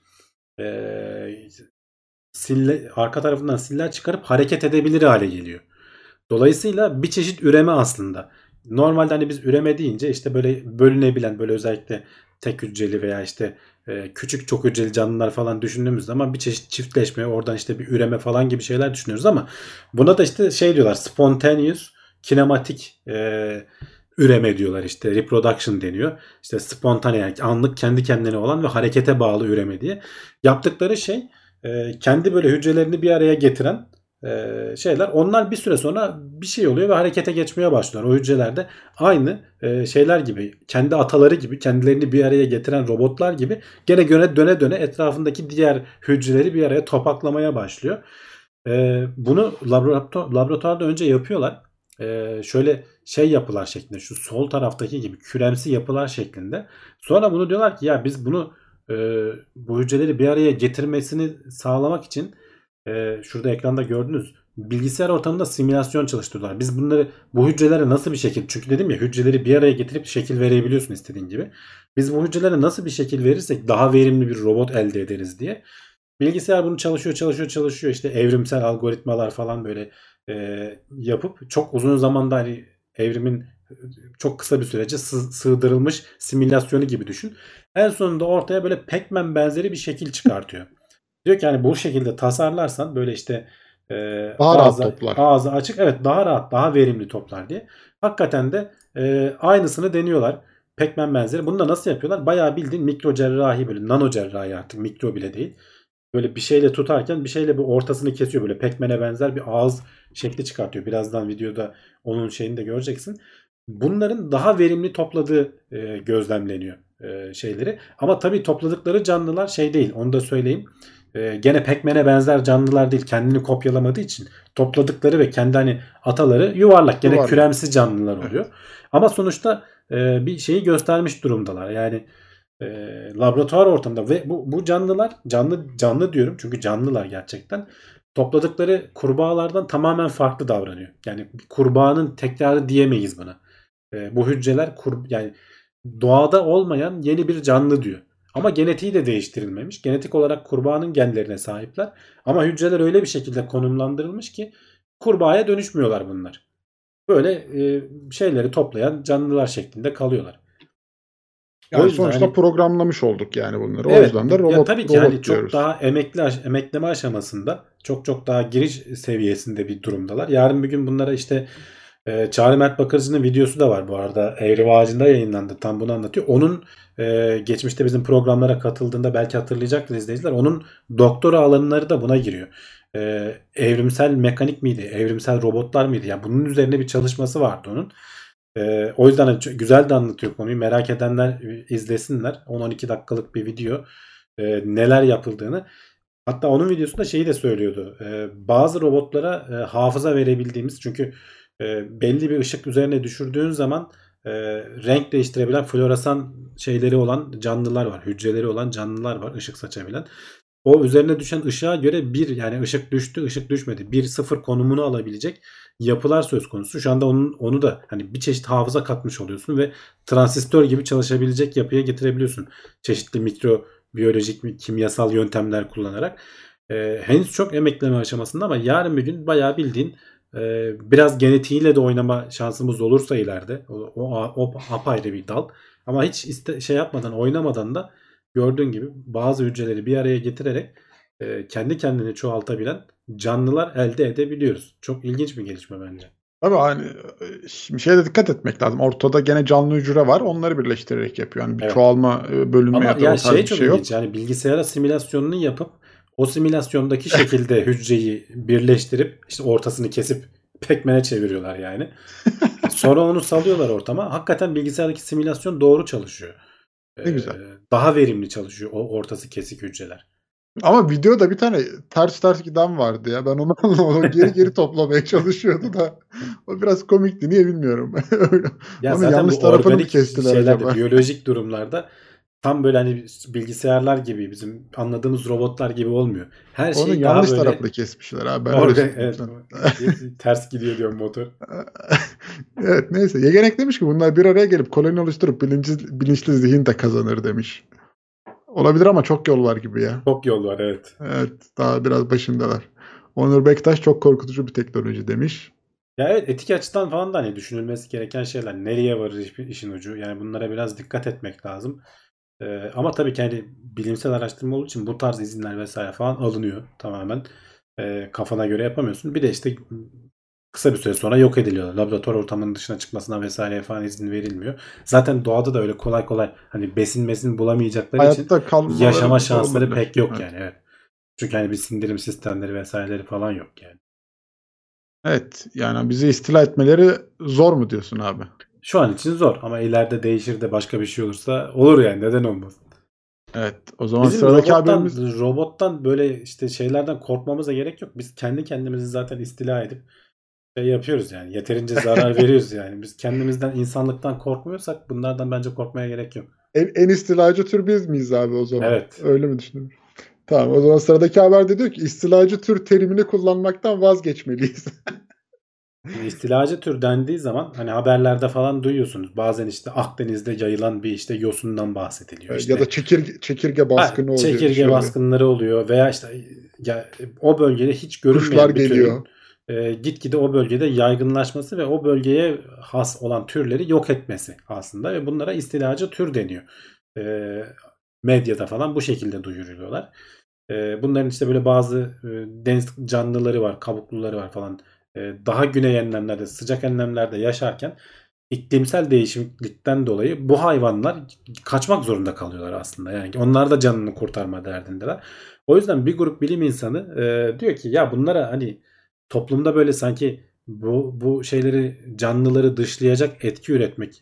Arka tarafından siller çıkarıp hareket edebilir hale geliyor. Dolayısıyla bir çeşit üreme aslında. Normalde hani biz üreme deyince işte böyle bölünebilen, böyle özellikle tek hücreli veya işte küçük çok hücreli canlılar falan düşündüğümüz zaman bir çeşit çiftleşme, oradan işte bir üreme falan gibi şeyler düşünüyoruz ama buna da işte diyorlar, spontaneous kinematik üreme diyorlar, işte reproduction deniyor. İşte spontane, yani anlık kendi kendine olan ve harekete bağlı üreme diye. Yaptıkları şey kendi böyle hücrelerini bir araya getiren şeyler. Onlar bir süre sonra bir şey oluyor ve harekete geçmeye başlıyorlar. O hücrelerde aynı şeyler gibi, kendi ataları gibi, kendilerini bir araya getiren robotlar gibi gene döne döne etrafındaki diğer hücreleri bir araya topaklamaya başlıyor. Bunu laboratuvarda önce yapıyorlar. Şöyle yapılar şeklinde, şu sol taraftaki gibi küremsi yapılar şeklinde. Sonra bunu diyorlar ki ya biz bunu bu hücreleri bir araya getirmesini sağlamak için şurada ekranda gördünüz, bilgisayar ortamında simülasyon çalıştırıyorlar. Biz bu hücrelere nasıl bir şekil, çünkü dedim ya hücreleri bir araya getirip şekil verebiliyorsun istediğin gibi. Biz bu hücrelere nasıl bir şekil verirsek daha verimli bir robot elde ederiz diye. Bilgisayar bunu çalışıyor. İşte evrimsel algoritmalar falan böyle yapıp çok uzun zamanda hani evrimin çok kısa bir sürece sığdırılmış simülasyonu gibi düşün. En sonunda ortaya böyle Pac-Man benzeri bir şekil çıkartıyor. Diyor ki hani bu şekilde tasarlarsan böyle işte Daha rahat toplar. ağzı açık, evet, daha rahat, daha verimli toplar diye. Hakikaten de aynısını deniyorlar. Pac-Man benzeri. Bunu da nasıl yapıyorlar? Bayağı bildiğin mikro cerrahi, böyle nano cerrahi, artık mikro bile değil. Böyle bir şeyle tutarken bir şeyle bir ortasını kesiyor. Böyle Pac-Man'e benzer bir ağız şekli çıkartıyor. Birazdan videoda onun şeyini de göreceksin. Bunların daha verimli topladığı gözlemleniyor şeyleri. Ama tabii topladıkları canlılar değil. Onu da söyleyeyim. Gene Pac-Man'e benzer canlılar değil. Kendini kopyalamadığı için topladıkları ve kendi hani ataları yuvarlak. Gene küremsi canlılar oluyor. Ama sonuçta bir şeyi göstermiş durumdalar. Yani laboratuvar ortamında ve bu canlılar, canlı diyorum çünkü canlılar gerçekten, topladıkları kurbağalardan tamamen farklı davranıyor. Yani kurbağanın tekrarı diyemeyiz buna. Bu hücreler yani doğada olmayan yeni bir canlı diyor. Ama genetiği de değiştirilmemiş. Genetik olarak kurbağanın genlerine sahipler. Ama hücreler öyle bir şekilde konumlandırılmış ki kurbağaya dönüşmüyorlar bunlar. Böyle şeyleri toplayan canlılar şeklinde kalıyorlar. Yani sonuçta hani, programlamış olduk yani bunları. Evet, o yüzden de robot, tabii ki hani diyoruz. çok daha emekleme aşamasında, çok daha giriş seviyesinde bir durumdalar. Yarın bir gün bunlara işte Çağrı Mert Bakırcı'nın videosu da var bu arada. Evrim Ağacı'nda yayınlandı. Tam bunu anlatıyor. Onun geçmişte bizim programlara katıldığında belki hatırlayacaktır izleyiciler. Onun doktora alanları da buna giriyor. Evrimsel mekanik miydi? Evrimsel robotlar mıydı? Yani bunun üzerine bir çalışması vardı onun. O yüzden güzel de anlatıyor konuyu. Merak edenler izlesinler. 10-12 dakikalık bir video. Neler yapıldığını. Hatta onun videosunda şeyi de söylüyordu. Bazı robotlara hafıza verebildiğimiz, çünkü belli bir ışık üzerine düşürdüğün zaman renk değiştirebilen floresan şeyleri olan canlılar var. Hücreleri olan canlılar var. Işık saçabilen. O üzerine düşen ışığa göre yani ışık düştü, ışık düşmedi, 1-0 konumunu alabilecek yapılar söz konusu. Şu anda onu da hani bir çeşit hafıza katmış oluyorsun ve transistör gibi çalışabilecek yapıya getirebiliyorsun. Çeşitli mikro biyolojik, kimyasal yöntemler kullanarak. Henüz çok emekleme aşamasında ama yarın bir gün bayağı bildiğin biraz genetiğiyle de oynama şansımız olursa ileride o apayrı bir dal. Ama hiç yapmadan, oynamadan da gördüğün gibi bazı hücreleri bir araya getirerek kendi kendini çoğaltabilen canlılar elde edebiliyoruz. Çok ilginç bir gelişme bence. Tabii hani bir şeye de dikkat etmek lazım. Ortada gene canlı hücre var. Onları birleştirerek yapıyor. Yani bir çoğalma, bölünme ya da o tarz bir çok şey yok. ilginç. Yani bilgisayara simülasyonunu yapıp O simülasyondaki şekilde hücreyi birleştirip işte ortasını kesip pekmene çeviriyorlar yani. Sonra onu salıyorlar ortama. Hakikaten bilgisayardaki simülasyon doğru çalışıyor. Ne güzel. Daha verimli çalışıyor o ortası kesik hücreler. Ama videoda bir tane ters giden vardı ya. Ben onu anlamadım. Geri toplamaya çalışıyordu da. O biraz komikti. Niye bilmiyorum. Ya Onun zaten yanlış bu tarafını mı organik kestiler şeylerde, acaba? biyolojik durumlarda tam böyle hani bilgisayarlar gibi bizim anladığımız robotlar gibi olmuyor. Her Onun şey daha yanlış böyle tarafını kesmişler abi. Ben öyle evet, söyleyeyim. ters gidiyor diyorum motor. Evet, neyse. Yegenek demiş ki bunlar bir araya gelip koloni oluşturup bilinçli zihin de kazanır demiş. Olabilir ama çok yol var gibi ya. Çok yol var, evet. Evet, daha biraz başındalar. Onur Bektaş çok korkutucu bir teknoloji demiş. Ya evet, etik açıdan falan da hani düşünülmesi gereken şeyler. Nereye varır işin ucu? Yani bunlara biraz dikkat etmek lazım. Ama tabii ki hani bilimsel araştırma olduğu için bu tarz izinler vesaire falan alınıyor tamamen. Kafana göre yapamıyorsun. Bir de işte kısa bir süre sonra yok ediliyorlar. Laboratuvar ortamının dışına çıkmasına vesaire falan izin verilmiyor. Zaten doğada da öyle kolay kolay hani besin bulamayacakları için Hayatta yaşama kalmaları zor şansları olabilir. pek yok Evet. yani. Evet. Çünkü hani bir sindirim sistemleri vesaireleri falan yok yani. Evet, yani bizi istila etmeleri zor mu diyorsun abi? Şu an için zor ama ileride değişir de başka bir şey olursa olur yani, neden olmaz. Evet, o zaman Bizim sıradaki haberimiz robottan böyle işte şeylerden korkmamıza gerek yok. Biz kendi kendimizi zaten istila edip şey yapıyoruz yani. Yeterince zarar veriyoruz yani. Biz kendimizden, insanlıktan korkmuyorsak bunlardan bence korkmaya gerek yok. en istilacı tür biz miyiz abi o zaman? Evet. Öyle mi düşünüyorsun? Tamam, o zaman sıradaki haberde diyor ki istilacı tür terimini kullanmaktan vazgeçmeliyiz. Şimdi istilacı tür dendiği zaman hani haberlerde falan duyuyorsunuz. Bazen işte Akdeniz'de yayılan bir işte yosundan bahsediliyor. Ya da İşte çekirge baskını oluyor. Bir çekirge şey oluyor. baskınları oluyor veya işte ya, o bölgede hiç Kuşlar görünmeyen bir geliyor. türün gitgide o bölgede yaygınlaşması ve o bölgeye has olan türleri yok etmesi aslında ve bunlara istilacı tür deniyor. E, Medyada falan bu şekilde duyuruyorlar. Bunların işte böyle bazı deniz canlıları var, kabukluları var falan. Daha güney enlemlerde, sıcak enlemlerde yaşarken iklimsel değişiklikten dolayı bu hayvanlar kaçmak zorunda kalıyorlar aslında. Yani onlar da canını kurtarma derdindeler. O yüzden bir grup bilim insanı diyor ki ya bunlara hani toplumda böyle sanki bu şeyleri, canlıları dışlayacak etki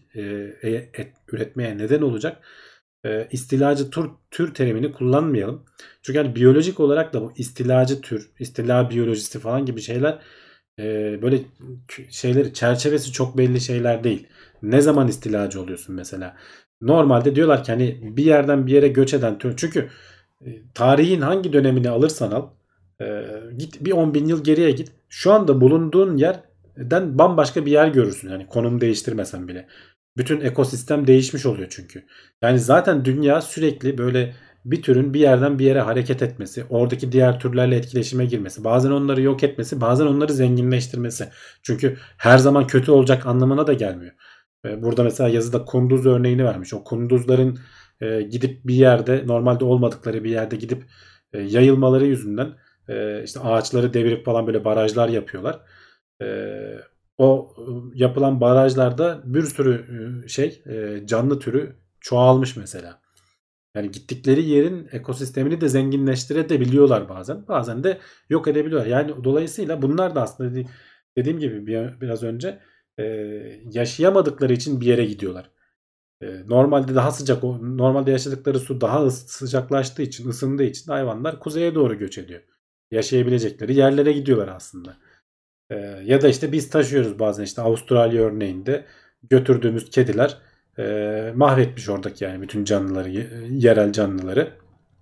üretmeye neden olacak istilacı tür terimini kullanmayalım. Çünkü hani biyolojik olarak da bu istilacı tür, istila biyolojisi falan gibi şeyler böyle şeyleri, çerçevesi çok belli şeyler değil. Ne zaman istilacı oluyorsun mesela? Normalde diyorlar ki hani bir yerden bir yere göç eden tür. Çünkü tarihin hangi dönemini alırsan al, git bir 10 bin yıl geriye git. Şu anda bulunduğun yerden bambaşka bir yer görürsün. Yani konum değiştirmesen bile. Bütün ekosistem değişmiş oluyor çünkü. Yani zaten dünya sürekli böyle bir türün bir yerden bir yere hareket etmesi, oradaki diğer türlerle etkileşime girmesi, bazen onları yok etmesi, bazen onları zenginleştirmesi. Çünkü her zaman kötü olacak anlamına da gelmiyor. Burada mesela yazıda kunduz örneğini vermiş. O kunduzların gidip bir yerde, normalde olmadıkları bir yerde gidip yayılmaları yüzünden işte ağaçları devirip falan böyle barajlar yapıyorlar. E, O yapılan barajlarda bir sürü canlı türü çoğalmış mesela. Yani gittikleri yerin ekosistemini de zenginleştirebiliyorlar bazen. Bazen de yok edebiliyorlar. Yani dolayısıyla bunlar da aslında dediğim gibi biraz önce e, yaşayamadıkları için bir yere gidiyorlar. Normalde daha sıcak, normalde yaşadıkları su daha sıcaklaştığı için, ısındığı için hayvanlar kuzeye doğru göç ediyor. Yaşayabilecekleri yerlere gidiyorlar aslında. Ya da işte biz taşıyoruz bazen, işte Avustralya örneğinde götürdüğümüz kediler mahvetmiş oradaki yani bütün canlıları, yerel canlıları.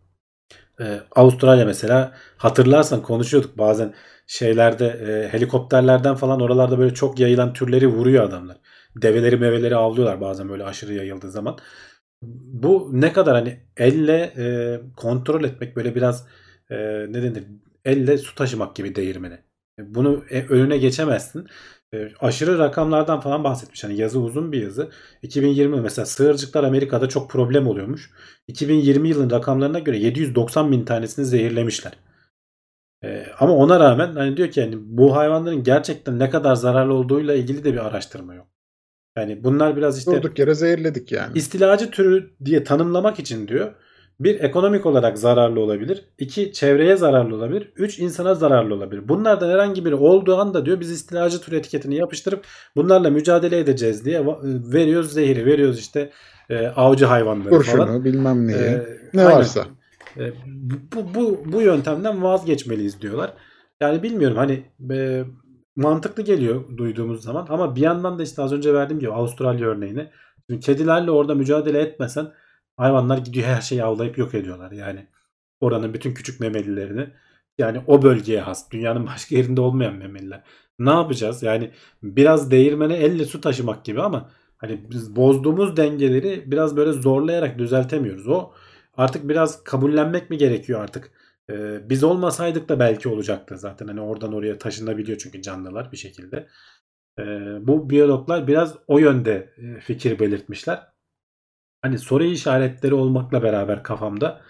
Avustralya mesela, hatırlarsan konuşuyorduk bazen şeylerde, helikopterlerden falan oralarda böyle çok yayılan türleri vuruyor adamlar. Develeri meveleri avlıyorlar bazen böyle aşırı yayıldığı zaman. Bu ne kadar hani elle kontrol etmek, böyle biraz ne denir, elle su taşımak gibi değirmeni. Bunu önüne geçemezsin. Aşırı rakamlardan falan bahsetmiş. Hani yazı uzun bir yazı. 2020 mesela sığırcıklar Amerika'da çok problem oluyormuş. 2020 yılının rakamlarına göre 790 bin tanesini zehirlemişler. Ama ona rağmen hani diyor ki yani bu hayvanların gerçekten ne kadar zararlı olduğuyla ilgili de bir araştırma yok. Yani bunlar biraz işte Durduk yere zehirledik yani. istilacı türü diye tanımlamak için diyor Bir, ekonomik olarak zararlı olabilir. İki, çevreye zararlı olabilir. Üç, insana zararlı olabilir. Bunlardan herhangi biri olduğu anda diyor biz istilacı tür etiketini yapıştırıp bunlarla mücadele edeceğiz diye veriyoruz zehri, veriyoruz işte avcı hayvanları falan. Kurşunu bilmem neyi. Ne Aynen. varsa. Bu yöntemden vazgeçmeliyiz diyorlar. Yani bilmiyorum hani mantıklı geliyor duyduğumuz zaman ama bir yandan da işte az önce verdiğim gibi Avustralya örneğini. Şimdi kedilerle orada mücadele etmesen hayvanlar gidiyor her şeyi avlayıp yok ediyorlar. Yani oranın bütün küçük memelilerini, yani o bölgeye has, dünyanın başka yerinde olmayan memeliler. Ne yapacağız? Yani biraz değirmene elle su taşımak gibi ama hani biz bozduğumuz dengeleri biraz böyle zorlayarak düzeltemiyoruz. O artık biraz kabullenmek mi gerekiyor artık? Biz olmasaydık da belki olacaktı zaten. Hani oradan oraya taşınabiliyor çünkü canlılar bir şekilde. Bu biyologlar biraz o yönde fikir belirtmişler. Hani soru işaretleri olmakla beraber kafamda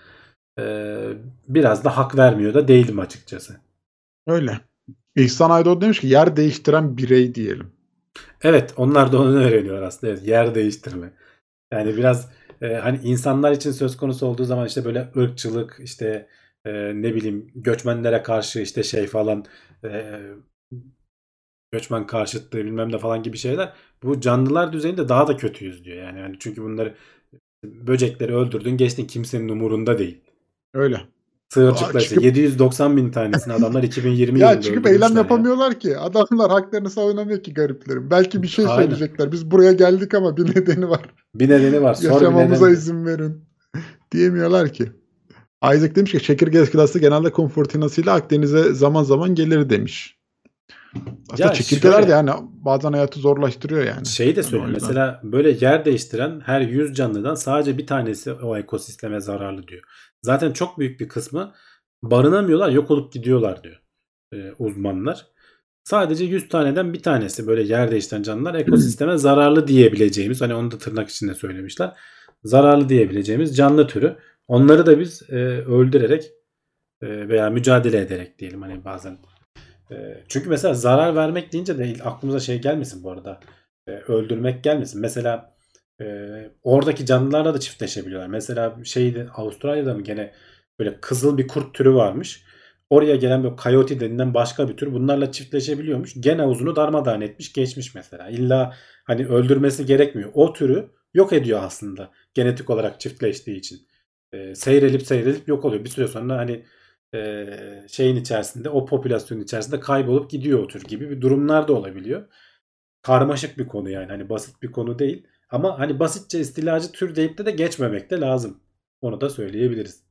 biraz da hak vermiyor da değilim açıkçası. Öyle. İhsan Aydoğdu demiş ki yer değiştiren birey diyelim. Evet, onlar da onu öğreniyor aslında. Evet, yer değiştirme. Yani biraz hani insanlar için söz konusu olduğu zaman işte böyle ırkçılık, işte ne bileyim göçmenlere karşı işte şey falan, e, göçmen karşıtlığı bilmem ne falan gibi şeyler. Bu canlılar düzeyinde daha da kötüyüz diyor. Yani çünkü bunları, böcekleri öldürdün geçtin, kimsenin umurunda değil. Öyle. Sığırcıklar işte Çıkıp 790 bin tanesini adamlar 2020 ya yılında çıkıp eylem öldürmüşler ya. yapamıyorlar ki. Adamlar haklarını savunamıyor ki gariplerin. Belki bir şey Aynen. söyleyecekler. Biz buraya geldik ama bir nedeni var. Bir nedeni var. Sor bir Yaşamamıza neden. izin verin. Diyemiyorlar ki. Isaac demiş ki çekirge eskalası genelde kum fırtınasıyla Akdeniz'e zaman zaman gelir demiş. Aslında Ya çekirgeler de şöyle, yani bazen hayatı zorlaştırıyor yani. şey de Hani o söyleyeyim. yüzden. Mesela böyle yer değiştiren her 100 canlıdan sadece bir tanesi o ekosisteme zararlı diyor. Zaten çok büyük bir kısmı barınamıyorlar, yok olup gidiyorlar diyor uzmanlar. Sadece 100 taneden bir tanesi böyle yer değiştiren canlılar ekosisteme zararlı diyebileceğimiz, hani onu da tırnak içinde söylemişler, zararlı diyebileceğimiz canlı türü. Onları da biz öldürerek veya mücadele ederek diyelim hani bazen. Çünkü mesela zarar vermek deyince de aklımıza şey gelmesin bu arada. Öldürmek gelmesin. Mesela oradaki canlılarla da çiftleşebiliyorlar. Mesela Avustralya'da mı gene böyle kızıl bir kurt türü varmış. Oraya gelen böyle coyote denilen başka bir tür bunlarla çiftleşebiliyormuş. Gen havuzunu darmadağın etmiş geçmiş mesela. İlla hani öldürmesi gerekmiyor. O türü yok ediyor aslında genetik olarak çiftleştiği için. Seyrelip yok oluyor. Bir süre sonra hani şeyin içerisinde, o popülasyonun içerisinde kaybolup gidiyor o tür gibi bir durumlar da olabiliyor. Karmaşık bir konu yani, hani basit bir konu değil. Ama hani basitçe istilacı tür deyip de geçmemek de lazım. Onu da söyleyebiliriz.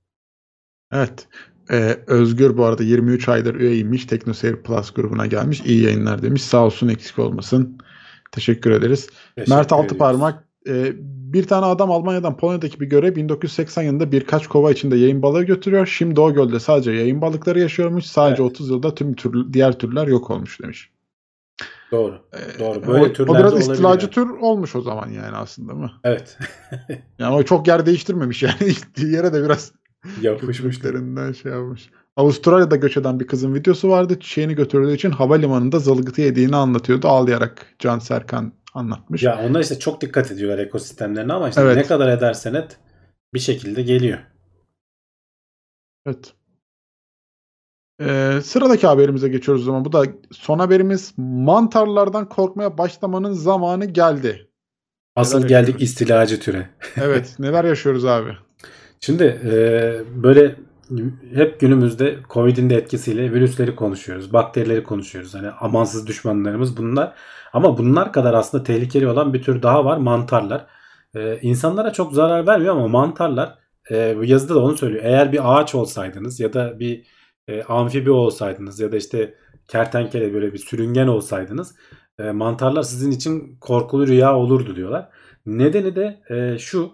Evet. Özgür bu arada 23 aydır üyeymiş. TeknoSeyir Plus grubuna gelmiş. İyi yayınlar demiş. Sağ olsun, eksik olmasın. Teşekkür ederiz. Teşekkür Mert ediyoruz. Altıparmak bir tane adam Almanya'dan Polonya'daki bir göre 1980 yılında birkaç kova içinde yayın balığı götürüyor. Şimdi o gölde sadece yayın balıkları yaşıyormuş. Sadece Evet. 30 yılda tüm diğer türler yok olmuş demiş. Doğru. Doğru. O, Böyle o türler de biraz olabiliyor. istilacı tür olmuş o zaman yani aslında mı? Evet. Yani o çok yer değiştirmemiş yani. Gittiği yere de biraz Yapışmış. köklerinden şey yapmış. Avustralya'da göç eden bir kızın videosu vardı. Çiçeğini götürdüğü için havalimanında zılgıtı yediğini anlatıyordu. Ağlayarak Can Serkan anlatmış. Ya onlar işte çok dikkat ediyorlar ekosistemlerine ama işte Evet. ne kadar edersen et bir şekilde geliyor. Evet. Sıradaki haberimize geçiyoruz o zaman. Bu da son haberimiz. Mantarlardan korkmaya başlamanın zamanı geldi. Asıl Neler geldik yaşıyoruz? istilacı türe. Evet. Neler yaşıyoruz abi? Şimdi böyle hep günümüzde Covid'in de etkisiyle virüsleri konuşuyoruz, bakterileri konuşuyoruz. Hani amansız düşmanlarımız bunlar. Ama bunlar kadar aslında tehlikeli olan bir tür daha var, mantarlar. İnsanlara çok zarar vermiyor ama mantarlar, bu yazıda da onu söylüyor. Eğer bir ağaç olsaydınız ya da bir amfibi olsaydınız ya da işte kertenkele, böyle bir sürüngen olsaydınız, mantarlar sizin için korkulu rüya olurdu diyorlar. Nedeni de şu.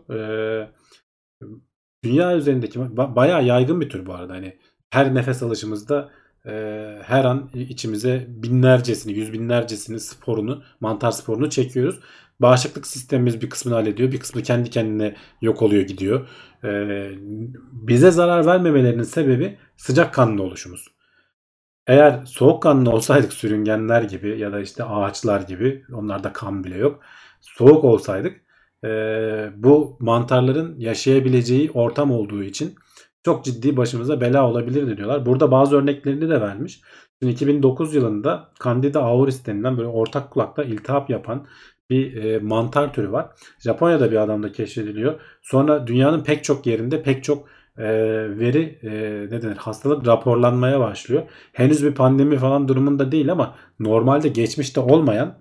Dünya üzerindeki bayağı yaygın bir tür bu arada. Hani her nefes alışımızda her an içimize binlercesini, yüz binlercesini sporunu, mantar sporunu çekiyoruz. Bağışıklık sistemimiz bir kısmını hallediyor. Bir kısmı kendi kendine yok oluyor, gidiyor. Bize zarar vermemelerinin sebebi sıcakkanlı oluşumuz. Eğer soğukkanlı olsaydık, sürüngenler gibi ya da işte ağaçlar gibi, onlarda kan bile yok, soğuk olsaydık bu mantarların yaşayabileceği ortam olduğu için çok ciddi başımıza bela olabilir diyorlar. Burada bazı örneklerini de vermiş. Şimdi 2009 yılında Candida auris denilen böyle ortak kulakta iltihap yapan bir mantar türü var. Japonya'da bir adamda keşfediliyor. Sonra dünyanın pek çok yerinde pek çok veri ne denir, hastalık raporlanmaya başlıyor. Henüz bir pandemi falan durumunda değil ama normalde geçmişte olmayan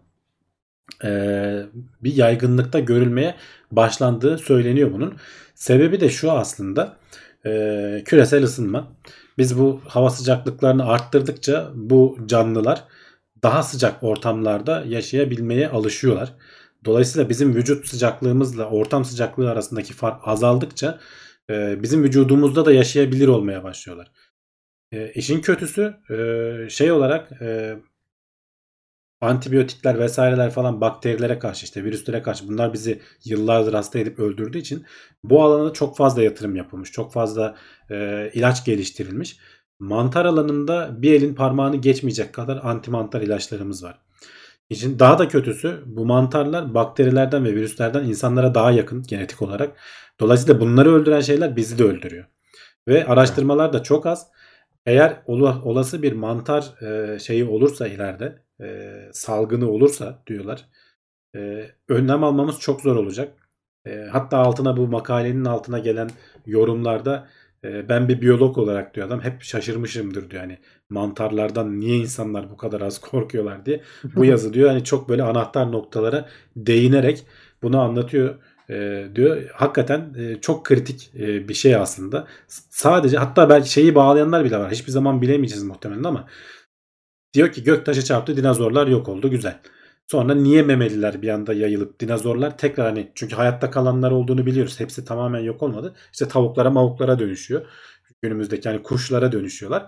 bir yaygınlıkta görülmeye başlandığı söyleniyor bunun. Sebebi de şu aslında, küresel ısınma. Biz bu hava sıcaklıklarını arttırdıkça bu canlılar daha sıcak ortamlarda yaşayabilmeye alışıyorlar. Dolayısıyla bizim vücut sıcaklığımızla ortam sıcaklığı arasındaki fark azaldıkça bizim vücudumuzda da yaşayabilir olmaya başlıyorlar. İşin kötüsü şey olarak antibiyotikler vesaireler falan bakterilere karşı, işte virüslere karşı, bunlar bizi yıllardır hasta edip öldürdüğü için bu alana çok fazla yatırım yapılmış. Çok fazla ilaç geliştirilmiş. Mantar alanında bir elin parmağını geçmeyecek kadar antimantar ilaçlarımız var. İşin daha da kötüsü, bu mantarlar bakterilerden ve virüslerden insanlara daha yakın genetik olarak. Dolayısıyla bunları öldüren şeyler bizi de öldürüyor. Ve araştırmalar da çok az. Eğer olası bir mantar şeyi olursa ileride, salgını olursa diyorlar, önlem almamız çok zor olacak. Hatta altına, bu makalenin altına gelen yorumlarda ben bir biyolog olarak diyor adam, hep şaşırmışımdır diyor. Hani mantarlardan niye insanlar bu kadar az korkuyorlar diye. Bu yazı diyor hani çok böyle anahtar noktalara değinerek bunu anlatıyor. Diyor hakikaten çok kritik bir şey aslında. Sadece, hatta belki şeyi bağlayanlar bile var. Hiçbir zaman bilemeyeceğiz muhtemelen ama diyor ki göktaşı çarptı, dinozorlar yok oldu, güzel. Sonra niye memeliler bir anda yayılıp dinozorlar tekrar, hani çünkü hayatta kalanlar olduğunu biliyoruz. Hepsi tamamen yok olmadı. İşte tavuklara mavuklara dönüşüyor. Günümüzdeki yani kuşlara dönüşüyorlar.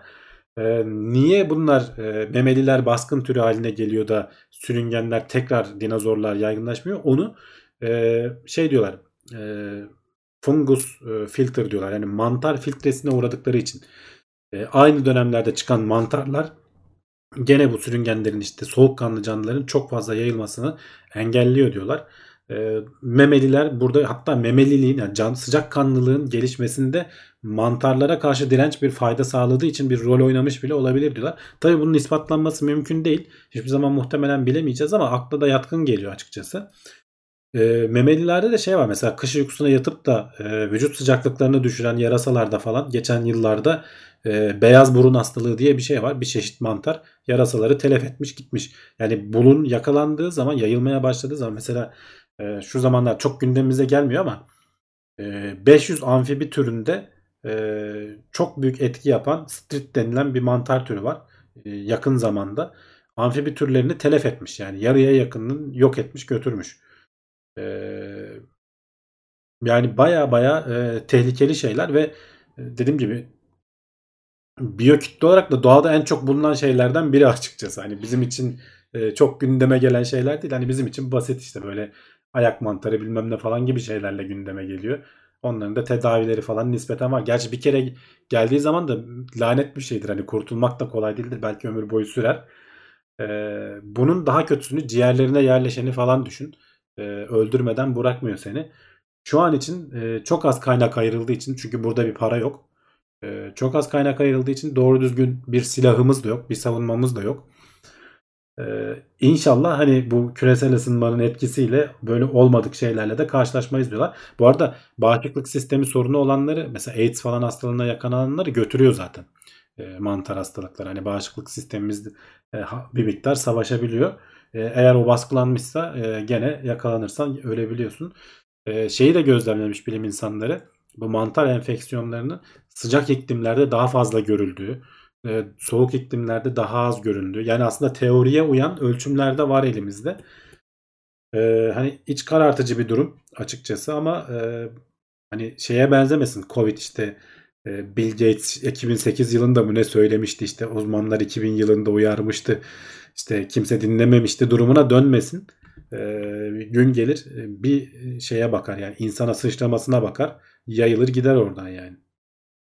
Niye bunlar memeliler baskın türü haline geliyor da sürüngenler tekrar dinozorlar yaygınlaşmıyor? Onu şey diyorlar, e, fungus filter diyorlar. Yani mantar filtresine uğradıkları için. Aynı dönemlerde çıkan mantarlar gene bu sürüngenlerin, işte soğukkanlı canlıların çok fazla yayılmasını engelliyor diyorlar. Memeliler burada, hatta memeliliğin yani sıcakkanlılığın gelişmesinde mantarlara karşı direnç bir fayda sağladığı için bir rol oynamış bile olabilir diyorlar. Tabii bunun ispatlanması mümkün değil. Hiçbir zaman muhtemelen bilemeyeceğiz ama akla da yatkın geliyor açıkçası. Memelilerde de şey var, mesela kış uykusuna yatıp da vücut sıcaklıklarını düşüren yarasalarda falan geçen yıllarda beyaz burun hastalığı diye bir şey var. Bir çeşit mantar yarasaları telef etmiş gitmiş. Yani bunun yakalandığı zaman, yayılmaya başladığı zaman, mesela şu zamanlar çok gündemimize gelmiyor ama 500 amfibi türünde çok büyük etki yapan strit denilen bir mantar türü var. Yakın zamanda amfibi türlerini telef etmiş, yani yarıya yakınını yok etmiş götürmüş. Yani baya baya tehlikeli şeyler ve dediğim gibi biyokütle olarak da doğada en çok bulunan şeylerden biri açıkçası. Hani bizim için çok gündeme gelen şeyler değil. Hani bizim için basit, işte böyle ayak mantarı bilmem ne falan gibi şeylerle gündeme geliyor. Onların da tedavileri falan nispeten var. Gerçi bir kere geldiği zaman da lanet bir şeydir. Hani kurtulmak da kolay değildir. Belki ömür boyu sürer. Bunun daha kötüsünü, ciğerlerine yerleşeni falan düşün. Öldürmeden bırakmıyor seni. Şu an için çok az kaynak ayrıldığı için, çünkü burada bir para yok. Çok az kaynak ayrıldığı için doğru düzgün bir silahımız da yok. Bir savunmamız da yok. İnşallah hani bu küresel ısınmanın etkisiyle böyle olmadık şeylerle de karşılaşmayız diyorlar. Bu arada bağışıklık sistemi sorunu olanları, mesela AIDS falan hastalığına yakalananları götürüyor zaten. Mantar hastalıkları. Hani bağışıklık sistemimiz bir miktar savaşabiliyor. Eğer o baskılanmışsa gene yakalanırsan ölebiliyorsun. Şeyi de gözlemlemiş bilim insanları. Bu mantar enfeksiyonlarının sıcak iklimlerde daha fazla görüldüğü, soğuk iklimlerde daha az göründüğü. Yani aslında teoriye uyan ölçümler de var elimizde. Hani iç karartıcı bir durum açıkçası ama hani şeye benzemesin. Covid işte Bill Gates 2008 yılında mı ne söylemişti, işte uzmanlar 2000 yılında uyarmıştı. İşte kimse dinlememişti durumuna dönmesin. Gün gelir bir şeye bakar, yani insana sıçramasına bakar, yayılır gider oradan yani.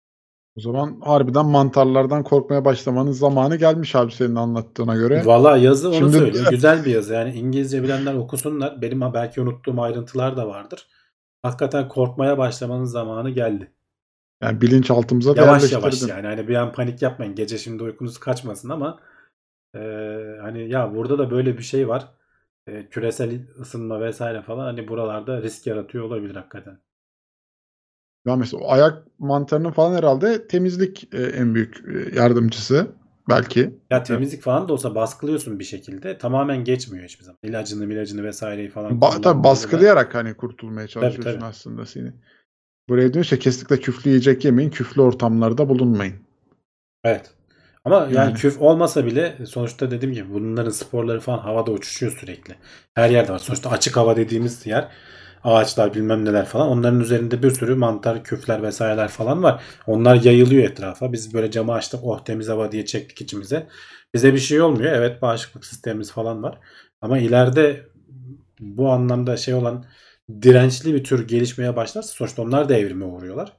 O zaman harbiden mantarlardan korkmaya başlamanın zamanı gelmiş abi senin anlattığına göre. Valla yazı onu Şimdi söylüyor. Güzel bir yazı. Yani İngilizce bilenler okusunlar. Benim belki unuttuğum ayrıntılar da vardır. Hakikaten korkmaya başlamanın zamanı geldi. yani bilinçaltımıza da Yavaş yavaş yerleştirdin. yani. Hani bir an panik yapmayın. Gece şimdi uykunuz kaçmasın ama hani ya burada da böyle bir şey var. Küresel ısınma vesaire falan hani buralarda risk yaratıyor olabilir hakikaten. Ya mesela o ayak mantarının falan herhalde temizlik en büyük yardımcısı belki. Ya temizlik falan da olsa baskılıyorsun bir şekilde. Tamamen geçmiyor hiçbir zaman. İlacını vesaireyi falan Tabii kullandığında da baskılayarak hani kurtulmaya tabii çalışıyorsun tabii. aslında seni. Buraya diyorsa kesinlikle küflü yiyecek yemeyin, küflü ortamlarda bulunmayın. Evet. Ama yani Yani küf olmasa bile sonuçta dediğim gibi bunların sporları falan havada uçuşuyor sürekli. Her yerde var. Sonuçta açık hava dediğimiz yer ağaçlar bilmem neler falan. Onların üzerinde bir sürü mantar, küfler vesaireler falan var. Onlar yayılıyor etrafa. Biz böyle camı açtık. Oh temiz hava diye çektik içimize. Bize bir şey olmuyor. Evet bağışıklık sistemimiz falan var. Ama ileride bu anlamda şey olan dirençli bir tür gelişmeye başlarsa sonuçta onlar da evrime uğruyorlar.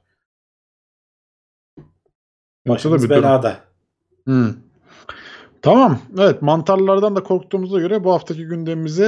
evet, o da Başımız bir durum. belada. Hmm. Tamam. Evet, mantarlardan da korktuğumuza göre bu haftaki gündemimizi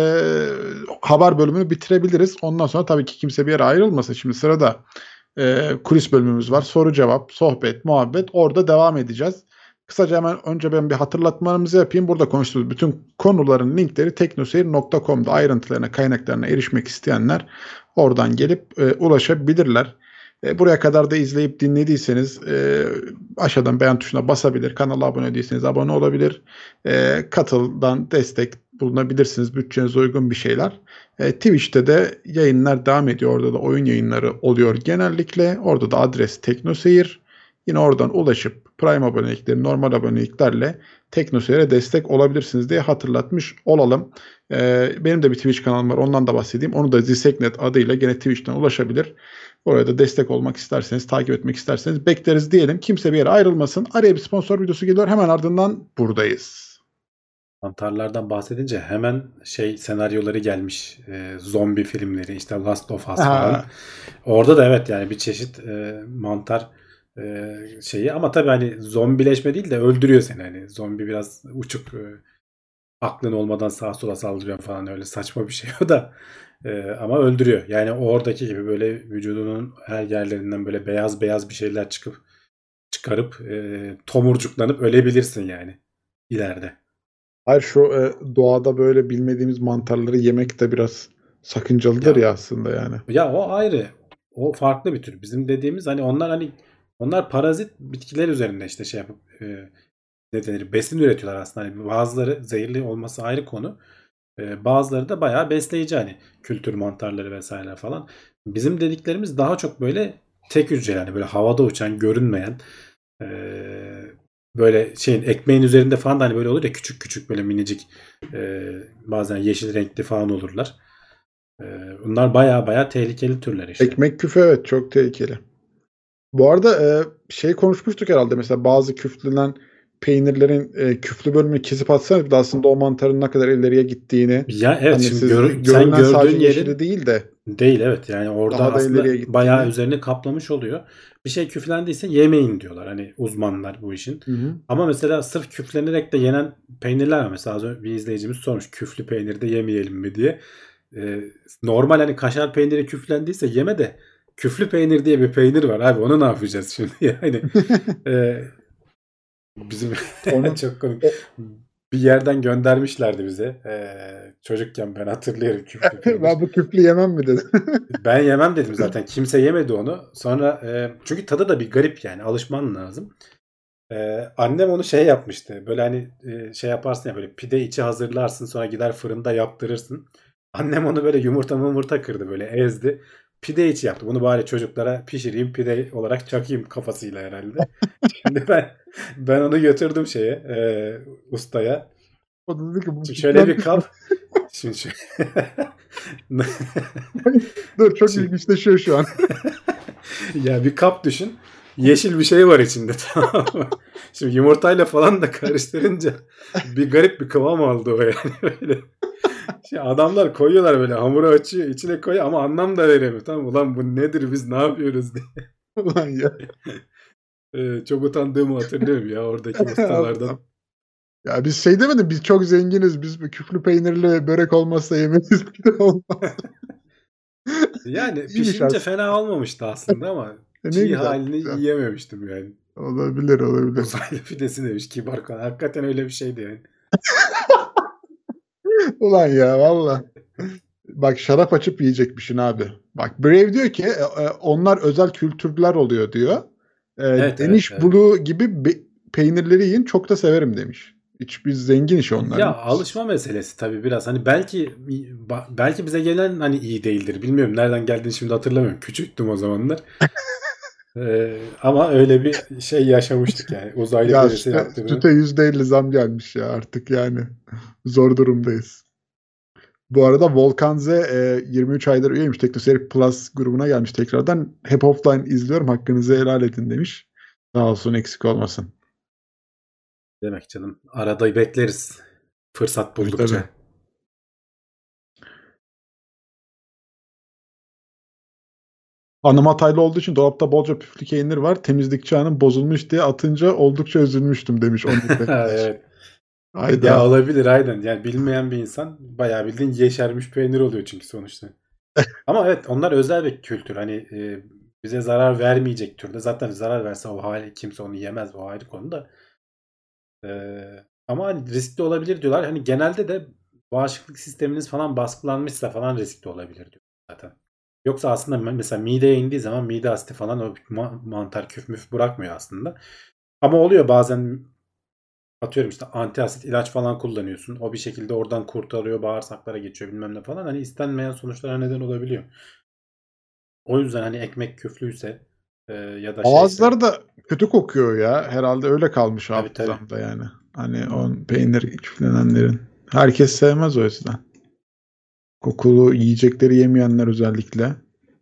haber bölümünü bitirebiliriz. Ondan sonra tabii ki kimse bir yere ayrılmasın. Şimdi sırada kulis bölümümüz var. Soru cevap, sohbet, muhabbet. Orada devam edeceğiz. Kısaca hemen önce ben bir hatırlatmalarımızı yapayım. Burada konuştuğumuz bütün konuların linkleri teknoseyir.com'da ayrıntılarına, kaynaklarına erişmek isteyenler oradan gelip ulaşabilirler. Buraya kadar da izleyip dinlediyseniz aşağıdan beğen tuşuna basabilir. Kanala abone değilseniz abone olabilir. Katıldan destek bulunabilirsiniz. Bütçenize uygun bir şeyler. Twitch'te de yayınlar devam ediyor. Orada da oyun yayınları oluyor genellikle. Orada da adres TeknoSeyir. Yine oradan ulaşıp Prime abonelikleri, normal aboneliklerle TeknoSeyir'e destek olabilirsiniz diye hatırlatmış olalım. Benim de bir Twitch kanalım var. Ondan da bahsedeyim. Onu da Ziseknet adıyla gene Twitch'ten ulaşabilir. Oraya da destek olmak isterseniz, takip etmek isterseniz bekleriz diyelim. Kimse bir yere ayrılmasın. Araya bir sponsor videosu geliyor. Hemen ardından buradayız. Mantarlardan bahsedince hemen şey senaryoları gelmiş. Zombi filmleri işte Last of Us falan. Ha, Orada da evet yani bir çeşit mantar şeyi ama tabii hani zombileşme değil de öldürüyor seni. Hani zombi biraz uçuk aklın olmadan sağa sola saldırıyor falan öyle saçma bir şey o da. Ama öldürüyor. Yani oradaki gibi böyle vücudunun her yerlerinden böyle beyaz beyaz bir şeyler çıkarıp tomurcuklanıp ölebilirsin yani ileride. hayır şu doğada böyle bilmediğimiz mantarları yemek de biraz sakıncalıdır Ya ya aslında yani. Ya o ayrı. O farklı bir tür. Bizim dediğimiz onlar parazit bitkiler üzerinde işte şey yapıp ne denir besin üretiyorlar aslında. Hani bazıları zehirli olması ayrı konu. Bazıları da bayağı besleyici hani kültür mantarları vesaire falan. Bizim dediklerimiz daha çok böyle tek hücreli yani böyle havada uçan görünmeyen e, böyle şeyin ekmeğin üzerinde falan da hani böyle olur ya küçük küçük böyle minicik bazen yeşil renkli falan olurlar. Bunlar baya baya tehlikeli türler işte. Ekmek küfü evet çok tehlikeli. Bu arada şey konuşmuştuk herhalde mesela bazı küflenen peynirlerin küflü bölümünü kesip atsanız bir de aslında o mantarın ne kadar ileriye gittiğini Ya evet hani şimdi siz sen görünen sadece gördüğün yeşili yerin değil de değil evet yani orada daha da aslında ileriye bayağı gittiğini. üzerini kaplamış oluyor. Bir şey küflendiyse yemeyin diyorlar hani uzmanlar bu işin. Hı hı. Ama mesela sırf küflenerek de yenen peynirler var. Mesela az önce bir izleyicimiz sormuş küflü peyniri de yemeyelim mi diye. Normal hani kaşar peyniri küflendiyse yeme de küflü peynir diye bir peynir var abi onu ne yapacağız şimdi yani e, bizim Onun çok komik. o- Bir yerden göndermişlerdi bize. Çocukken ben hatırlıyorum küflü peynir. ben bu küflü yemem mi dedim. Ben yemem dedim zaten. Kimse yemedi onu. Sonra çünkü tadı da bir garip yani. Alışman lazım. Annem onu şey yapmıştı. Böyle hani şey yaparsın ya böyle pide içi hazırlarsın sonra gider fırında yaptırırsın. Annem onu böyle yumurta kırdı böyle ezdi. Pide içi yaptı. Bunu bari çocuklara pişireyim pide olarak çakayım kafasıyla herhalde. Şimdi ben onu götürdüm şeye ustaya. O da dedi ki bu Şimdi şöyle bir küflenmiş mi? kap. Şimdi şu... Dur çok Şimdi- ilginçleşiyor şu an. ya bir kap düşün. Yeşil bir şey var içinde tamam mı? Şimdi yumurtayla falan da karıştırınca bir garip bir kıvam aldı o yani böyle. Şimdi adamlar koyuyorlar böyle hamuru açıyor içine koyuyor ama anlam da veremiyor. Tamam mı? Ulan bu nedir biz ne yapıyoruz diye. Ulan ya. Çok utandığımı hatırlıyorum ya oradaki ustalardan. Ya biz şey demedim, biz çok zenginiz. Biz bu küflü peynirli börek olmazsa yemeyiz. Olmaz. Yani İyiymiş pişirince aslında. fena olmamıştı aslında ama Ne çiğ güzel. halini Güzel. yiyememiştim yani. Olabilir, olabilir. Uzaylı pidesi demiş kibar konu. Hakikaten öyle bir şeydi yani. Ulan ya valla. Bak şarap açıp yiyecekmişsin abi. Bak Brave diyor ki onlar özel kültürler oluyor diyor. Evet, evet, Danish evet. Blue gibi peynirleri yiyin, çok da severim demiş. Hiç biz zengin iş onlar. Ya alışma meselesi tabii biraz. Hani belki bize gelen hani iyi değildir. Bilmiyorum nereden geldiğini şimdi hatırlamıyorum. Küçüktüm o zamanlar. Ama öyle bir şey yaşamıştık yani. Uzaylı Ya pidesi süte, yaptırdı. süte %50 zam gelmiş ya artık yani. Zor durumdayız. Bu arada Volkan Z 23 aydır üyeymiş. TeknoSeyir Plus grubuna gelmiş tekrardan. Hep offline izliyorum. Hakkınızı helal edin demiş. Sağ olsun, eksik olmasın. Demek canım. Arada bekleriz. Fırsat Tabii tabii. buldukça. Hanım Hataylı olduğu için dolapta bolca püflü peynir var. Temizlikçi hanım bozulmuş diye atınca oldukça üzülmüştüm demiş 10 bekleyici. Evet. Ya Hayda. olabilir aynen. Yani bilmeyen bir insan bayağı bildiğin yeşermiş peynir oluyor çünkü sonuçta. Ama evet onlar özel bir kültür. Hani bize zarar vermeyecek türde. Zaten zarar verse o hali kimse onu yemez. O ayrı konu da. Ama hani riskli olabilir diyorlar. Hani genelde de bağışıklık sisteminiz falan baskılanmışsa falan riskli olabilir diyor zaten. Yoksa aslında mesela mideye indiği zaman mide asidi falan o mantar küf müf bırakmıyor aslında. Ama oluyor bazen atıyorum işte antiasit ilaç falan kullanıyorsun. O bir şekilde oradan kurtarıyor, bağırsaklara geçiyor bilmem ne falan. Hani istenmeyen sonuçlara neden olabiliyor. O yüzden hani ekmek küflüyse ya da şeyse Ağızları da kötü kokuyor ya. Herhalde öyle kalmış tabii tabii. hafızamda yani. Hani on peynir küflenenlerin. Herkes sevmez o yüzden. Kokulu yiyecekleri yemeyenler özellikle.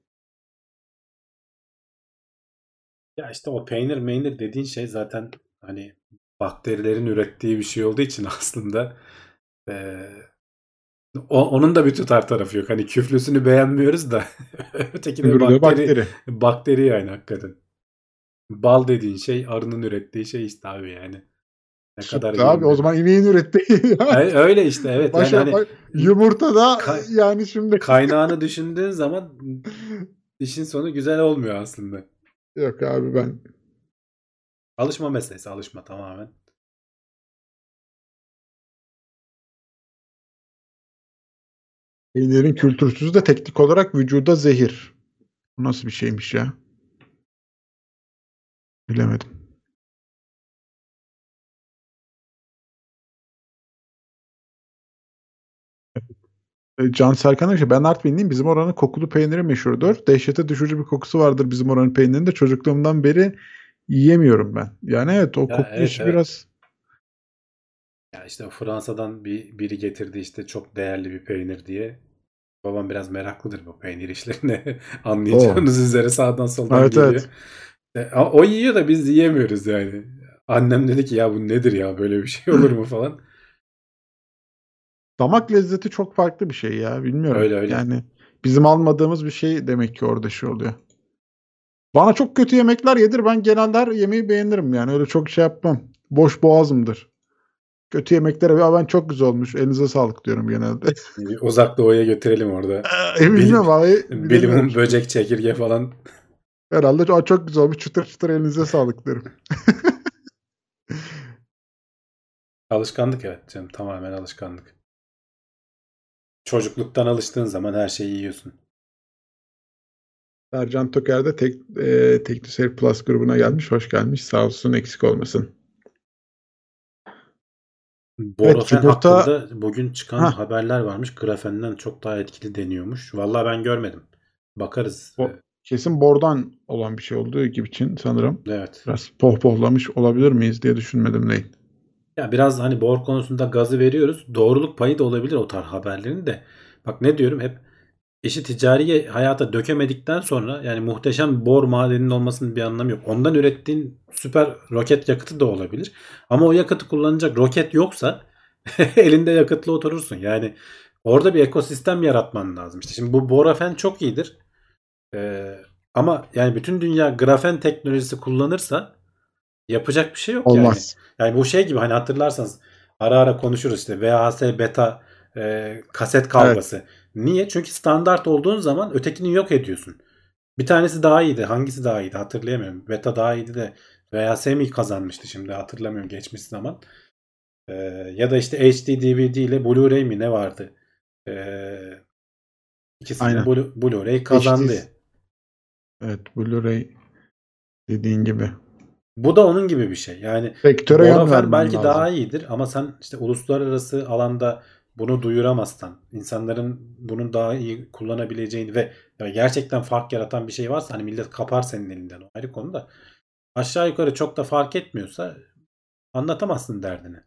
Ya işte o peynir meynir dediğin şey zaten hani bakterilerin ürettiği bir şey olduğu için aslında eee, onun da bir tutar tarafı yok. Hani küflüsünü beğenmiyoruz da öteki de Öbürü de bakteri bakteri. bakteri yani hakikaten. Bal dediğin şey arının ürettiği şey işte abi yani. Ne kadar Süt abi o yiyeyim. zaman ineğin ürettiği. Öyle işte evet yani hani Yumurta da ka- yani şimdi. kaynağını düşündüğün zaman işin sonu güzel olmuyor aslında. Yok abi ben. Alışma meselesi alışma tamamen. Peynirin kültürsüzü de teknik olarak vücuda zehir. Bu nasıl bir şeymiş ya? Bilemedim. Can Serkan demiş ki, ben Artvinliyim. Bizim oranın kokulu peyniri meşhurdur. Dehşete düşürücü bir kokusu vardır bizim oranın peynirinde. Çocukluğumdan beri yiyemiyorum ben. Yani evet, o Ya koku evet işi evet. biraz. Ya işte Fransa'dan biri getirdi işte çok değerli bir peynir diye. Babam biraz meraklıdır bu peynir işlerine. O. Anlayacağınız üzere sağdan soldan Evet geliyor. evet. O yiyor da biz yiyemiyoruz yani. Annem dedi ki ya bu nedir ya böyle bir şey olur mu falan. Damak lezzeti çok farklı bir şey ya. Bilmiyorum. Öyle öyle. Yani bizim almadığımız bir şey demek ki orada şey oluyor. Bana çok kötü yemekler yedir. Ben genelde her yemeği beğenirim yani. Öyle çok şey yapmam. Boş boğazımdır. Kötü yemeklere ya ben çok güzel olmuş. Elinize sağlık diyorum genelde. Uzak Doğu'ya götürelim orada. Bilim, Bilmiyorum abi. Bilemiyorum bilimum şimdi. böcek çekirge falan. Herhalde çok güzel olmuş. Çıtır çıtır elinize sağlık derim. Alışkanlık evet canım tamamen alışkanlık. Çocukluktan alıştığın zaman her şeyi yiyorsun. Ercan Töker de TeknoSeyir Plus grubuna gelmiş. Hoş gelmiş. Sağ olsun, eksik olmasın. Evet, Borofen yumurta. hakkında bugün çıkan Ha, haberler varmış. Grafenden çok daha etkili deniyormuş. Vallahi ben görmedim. Bakarız. kesin bordan olan bir şey olduğu gibi için sanırım. Evet. Biraz pohpohlamış olabilir miyiz diye düşünmedim değil. Ya biraz hani bor konusunda gazı veriyoruz. Doğruluk payı da olabilir o tarz haberlerin de. Bak ne diyorum hep işi ticari hayata dökemedikten sonra yani muhteşem bor madeninin olmasının bir anlamı yok. Ondan ürettiğin süper roket yakıtı da olabilir. Ama o yakıtı kullanacak roket yoksa elinde yakıtla oturursun. Yani orada bir ekosistem yaratman lazım. İşte şimdi bu borafen çok iyidir. Ama yani bütün dünya grafen teknolojisi kullanırsa Yapacak bir şey yok yani. Olmaz. Yani bu şey gibi, hani hatırlarsanız ara ara konuşuruz işte VHS, beta, kaset Evet. kavgası. Niye? Çünkü standart olduğun zaman ötekini yok ediyorsun. Bir tanesi daha iyiydi. Hangisi daha iyiydi hatırlayamıyorum. Beta daha iyiydi de VHS mi kazanmıştı şimdi hatırlamıyorum geçmiş zaman. E, Ya da işte HD DVD ile Blu-ray mi ne vardı? E, ikisinde Aynen. Blu-ray HD. kazandı. Evet. Blu-ray dediğin gibi. Bu da onun gibi bir şey. Yani Sektöre yön Borafen vermen belki daha lazım. iyidir ama sen işte uluslararası alanda bunu duyuramazsan, insanların bunun daha iyi kullanabileceğini ve ya gerçekten fark yaratan bir şey varsa hani millet kapar senin elinden, o ayrı konu da. Aşağı yukarı çok da fark etmiyorsa anlatamazsın derdini.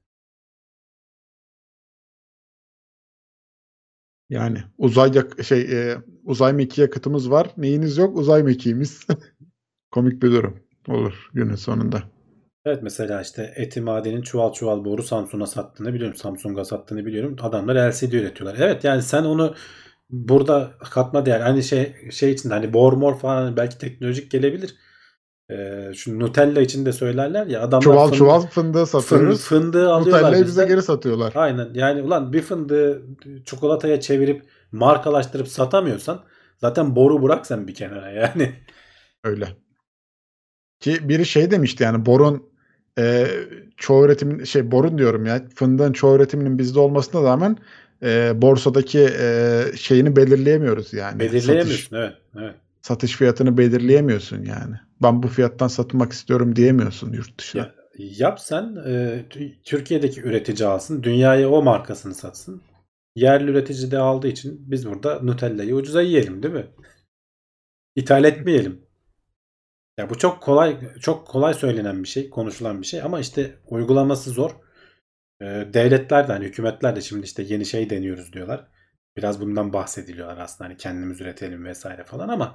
Yani uzay mekiği yakıtımız var. Neyiniz yok? Uzay mekiğimiz. Komik bir durum olur günün sonunda. Evet, mesela işte Eti Maden'in çuval çuval boru Samsung'a sattığını biliyorum. Samsung'a sattığını biliyorum. Adamlar LCD üretiyorlar. Evet, yani sen onu burada katma değer, hani şey için de hani bor mor falan belki teknolojik gelebilir. Şu Nutella için de söylerler ya, adamlar Çuval çuval fındığı satıyoruz. fındığı alıyorlar Nutella'yı bize bizden. geri satıyorlar. Aynen, yani ulan bir fındığı çikolataya çevirip markalaştırıp satamıyorsan zaten boru bırak sen bir kenara yani. Öyle. Ki biri şey demişti yani borun çoğu üretimin borun diyorum ya fındığın çoğu üretiminin bizde olmasına rağmen borsadaki şeyini belirleyemiyoruz yani. Belirleyemiyorsun, evet. Evet. Satış fiyatını belirleyemiyorsun yani. Ben bu fiyattan satmak istiyorum diyemiyorsun yurt dışına. Ya yap sen, Türkiye'deki üretici alsın, dünyaya o markasını satsın. Yerli üretici de aldığı için biz burada Nutella'yı ucuza yiyelim, değil mi? İthal etmeyelim. Ya bu çok kolay, çok kolay söylenen bir şey, konuşulan bir şey ama işte uygulaması zor. Devletler de, hani hükümetler de şimdi işte yeni şey deniyoruz diyorlar. Biraz bundan bahsediliyorlar aslında, hani kendimiz üretelim vesaire falan ama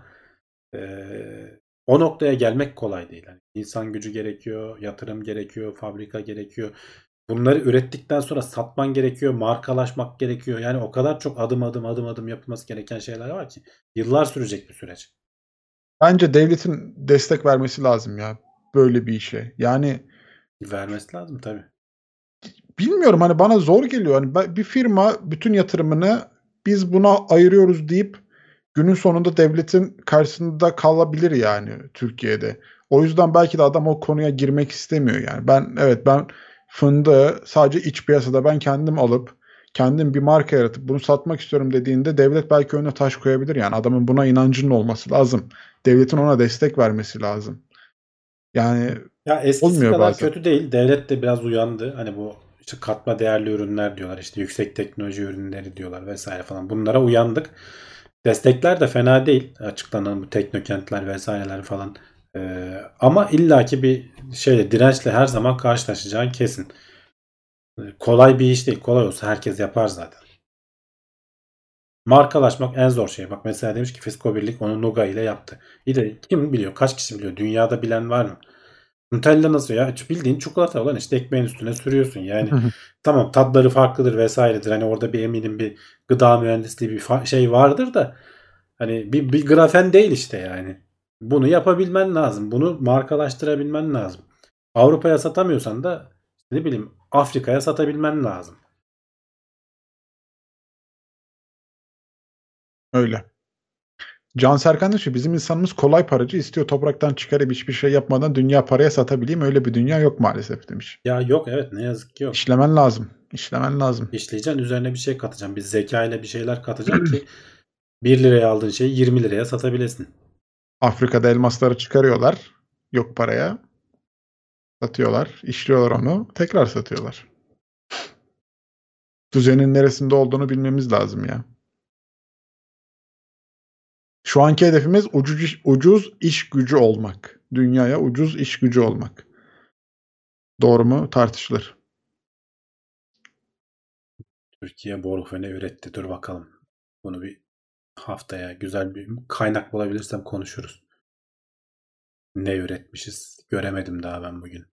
o noktaya gelmek kolay değil. Yani insan gücü gerekiyor, yatırım gerekiyor, fabrika gerekiyor. Bunları ürettikten sonra satman gerekiyor, markalaşmak gerekiyor. Yani o kadar çok adım adım adım adım yapılması gereken şeyler var ki yıllar sürecek bir süreç. Bence devletin destek vermesi lazım ya böyle bir işe. Yani Vermesi lazım tabii. bilmiyorum hani bana zor geliyor. Hani bir firma bütün yatırımını biz buna ayırıyoruz deyip günün sonunda devletin karşısında kalabilir yani Türkiye'de. O yüzden belki de adam o konuya girmek istemiyor yani. Ben fındığı sadece iç piyasada ben kendim alıp kendim bir marka yaratıp bunu satmak istiyorum dediğinde devlet belki önüne taş koyabilir yani. Adamın buna inancının olması lazım. Devletin ona destek vermesi lazım. Yani Ya eskisi olmuyor kadar bazen. kötü değil. Devlet de biraz uyandı. Hani bu işte katma değerli ürünler diyorlar, işte yüksek teknoloji ürünleri diyorlar vesaire falan. Bunlara uyandık. Destekler de fena değil. Açıklanan bu teknokentler vesaireler falan. Ama illaki bir şeyle, dirençle her zaman karşılaşacağın kesin. Kolay bir iş değil. Kolay olsa herkes yapar zaten. Markalaşmak en zor şey. Bak mesela demiş ki Fisko Birlik onu Nuga ile yaptı. İyi de kim biliyor? Kaç kişi biliyor? Dünyada bilen var mı? Nutella nasıl ya? Bildiğin çikolata olan, işte ekmeğin üstüne sürüyorsun. Yani tamam, tatları farklıdır vesairedir. Hani orada bir eminim bir gıda mühendisliği bir şey vardır da hani bir grafen değil işte yani. Bunu yapabilmen lazım. Bunu markalaştırabilmen lazım. Avrupa'ya satamıyorsan da ne bileyim Afrika'ya satabilmen lazım. Öyle. Can Serkan diyor ki bizim insanımız kolay paracı istiyor topraktan çıkarıp hiçbir şey yapmadan dünya paraya satabileyim. Öyle bir dünya yok maalesef demiş. Ya yok, evet, ne yazık ki yok. İşlemen lazım. İşlemen lazım. İşleyeceksin, üzerine bir şey katacaksın. Bir zeka ile bir şeyler katacaksın ki 1 liraya aldığın şeyi 20 liraya satabilesin. Afrika'da elmasları çıkarıyorlar. Yok paraya. Satıyorlar. İşliyorlar onu. Tekrar satıyorlar. Düzenin neresinde olduğunu bilmemiz lazım ya. Şu anki hedefimiz ucuz iş gücü olmak. Dünyaya ucuz iş gücü olmak. Doğru mu? Tartışılır. Türkiye borufene üretti. Dur bakalım. Bunu bir haftaya güzel bir kaynak bulabilirsem konuşuruz. Ne üretmişiz? Göremedim daha ben bugün.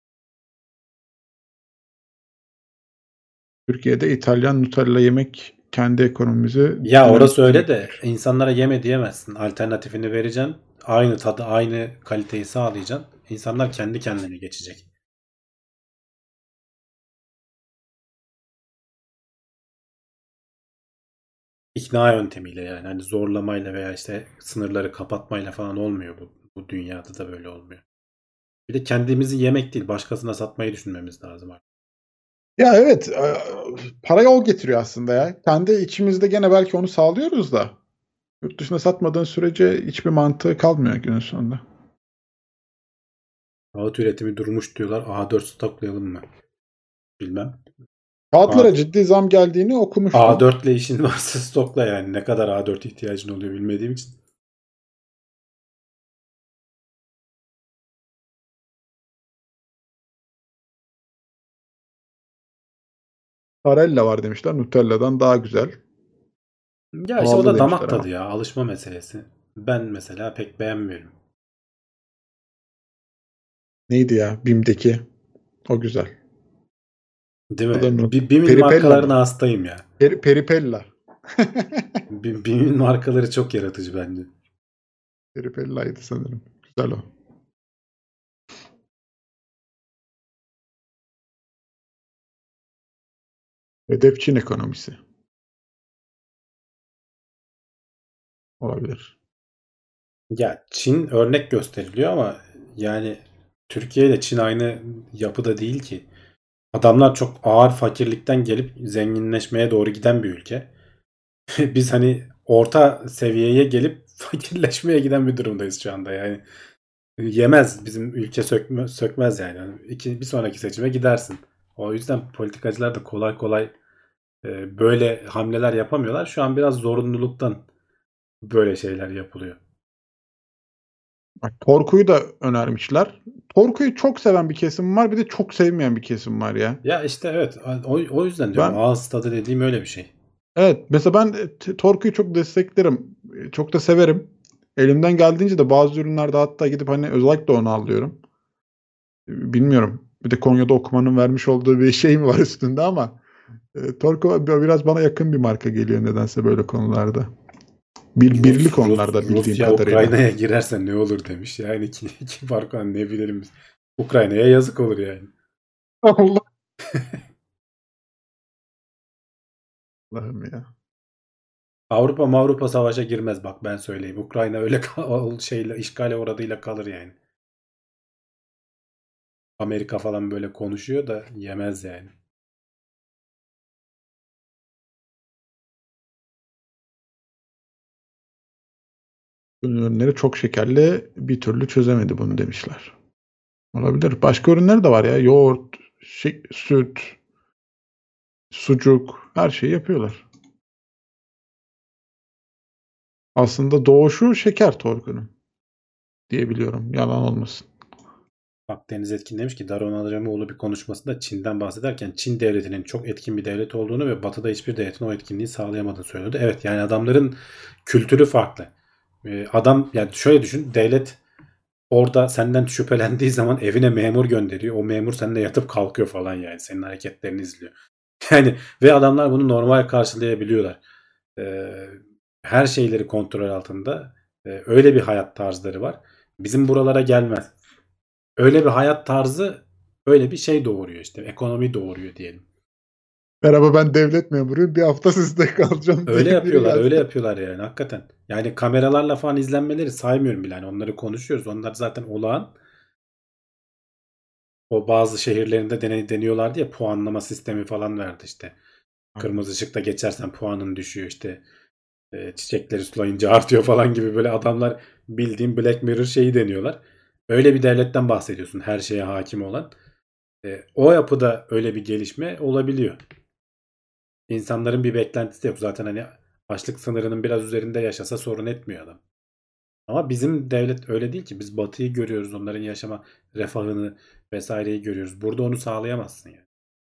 Türkiye'de İtalyan Nutella yemek kendi ekonomimizi Ya orası öyle dinamik de tutmuş. insanlara yeme diyemezsin. Alternatifini vereceksin. Aynı tadı, aynı kaliteyi sağlayacaksın. İnsanlar kendi kendine geçecek. İkna yöntemiyle yani. Hani zorlamayla veya işte sınırları kapatmayla falan olmuyor bu. Bu dünyada da böyle olmuyor. Bir de kendimizi yemek değil, başkasına satmayı düşünmemiz lazım artık. Ya evet, para yol getiriyor aslında ya. Kendi içimizde gene belki onu sağlıyoruz da yurt dışına satmadığın sürece hiçbir mantığı kalmıyor günün sonunda. Kağıt üretimi durmuş diyorlar. A4 stoklayalım mı? Bilmem. Kağıtlara A- ciddi zam geldiğini okumuştum. A4 ile işin varsa stokla yani. Ne kadar A4 ihtiyacın oluyor bilmediğim için. Tarella var demişler. Nutella'dan daha güzel. Ya işte o Pahalı da demişler damak ama. tadı ya. Alışma meselesi. Ben mesela pek beğenmiyorum. Neydi ya? BİM'deki. O güzel. Değil mi? Adını unuttum. BİM'in Peripella mı? markalarına hastayım ya. Peripella. BİM'in markaları çok yaratıcı bence. Peripella'ydı sanırım. Güzel o. Hedef Çin ekonomisi. Olabilir. Ya Çin örnek gösteriliyor ama yani Türkiye ile Çin aynı yapıda değil ki. Adamlar çok ağır fakirlikten gelip zenginleşmeye doğru giden bir ülke. Biz hani orta seviyeye gelip fakirleşmeye giden bir durumdayız şu anda yani. Yemez bizim ülke sökmez yani. Bir sonraki seçime gidersin. O yüzden politikacılar da kolay kolay böyle hamleler yapamıyorlar. Şu an biraz zorunluluktan böyle şeyler yapılıyor. Bak, Torku'yu da önermişler. Torku'yu çok seven bir kesim var, bir de çok sevmeyen bir kesim var ya. Ya işte evet o yüzden diyorum Ben ağız tadı dediğim öyle bir şey. evet, mesela ben Torku'yu çok desteklerim. Çok da severim. Elimden geldiğince de bazı ürünlerde hatta gidip hani özellikle onu alıyorum. Bilmiyorum. Bir de Konya'da okumanın vermiş olduğu bir şey mi var üstünde ama Torku biraz bana yakın bir marka geliyor nedense böyle konularda. Birli konularda bildiğim Rusya kadarıyla. Ukrayna'ya girerse ne olur demiş. Yani ki farkı ne bilelim biz. Ukrayna'ya yazık olur yani. Allah. Allah'ım ya. Avrupa savaşa girmez bak ben söyleyeyim. Ukrayna öyle şeyle işgale uğradığıyla kalır yani. Amerika falan böyle konuşuyor da yemez yani. Bunun ürünleri çok şekerli, bir türlü çözemedi bunu demişler. Olabilir. Başka ürünler de var ya. Yoğurt, süt, sucuk, her şeyi yapıyorlar. Aslında doğuşu şeker Torku'nun diyebiliyorum. Yalan olmasın. Bak Deniz Etkin demiş ki Daron Alcamoğlu bir konuşmasında Çin'den bahsederken Çin devletinin çok etkin bir devlet olduğunu ve Batı'da hiçbir devletin o etkinliği sağlayamadığını söylüyordu. Evet yani adamların kültürü farklı. Adam yani şöyle düşün devlet orada senden şüphelendiği zaman evine memur gönderiyor. O memur seninle yatıp kalkıyor falan yani senin hareketlerini izliyor. Yani ve adamlar bunu normal karşılayabiliyorlar. Ee, Her şeyleri kontrol altında. Öyle bir hayat tarzları var. Bizim buralara gelmez. Öyle bir hayat tarzı öyle bir şey doğuruyor işte. Ekonomi doğuruyor diyelim. Merhaba, ben devlet memuruyum. Bir hafta sizde kalacağım Öyle diye biri yapıyorlar, öyle gelse. yapıyorlar yani hakikaten. Yani kameralarla falan izlenmeleri saymıyorum bile. Yani onları konuşuyoruz. Onlar zaten olağan. O bazı şehirlerinde deniyorlardı ya puanlama sistemi falan verdi işte. Aynen. Kırmızı ışıkta geçersen puanın düşüyor işte. Çiçekleri sulayınca artıyor falan gibi böyle adamlar bildiğin Black Mirror şeyi deniyorlar. Öyle bir devletten bahsediyorsun her şeye hakim olan. O yapıda öyle bir gelişme olabiliyor. İnsanların bir beklentisi yok. Zaten hani açlık sınırının biraz üzerinde yaşasa sorun etmiyor adam. Ama bizim devlet öyle değil ki. Biz batıyı görüyoruz. Onların yaşama refahını vesaireyi görüyoruz. Burada onu sağlayamazsın yani.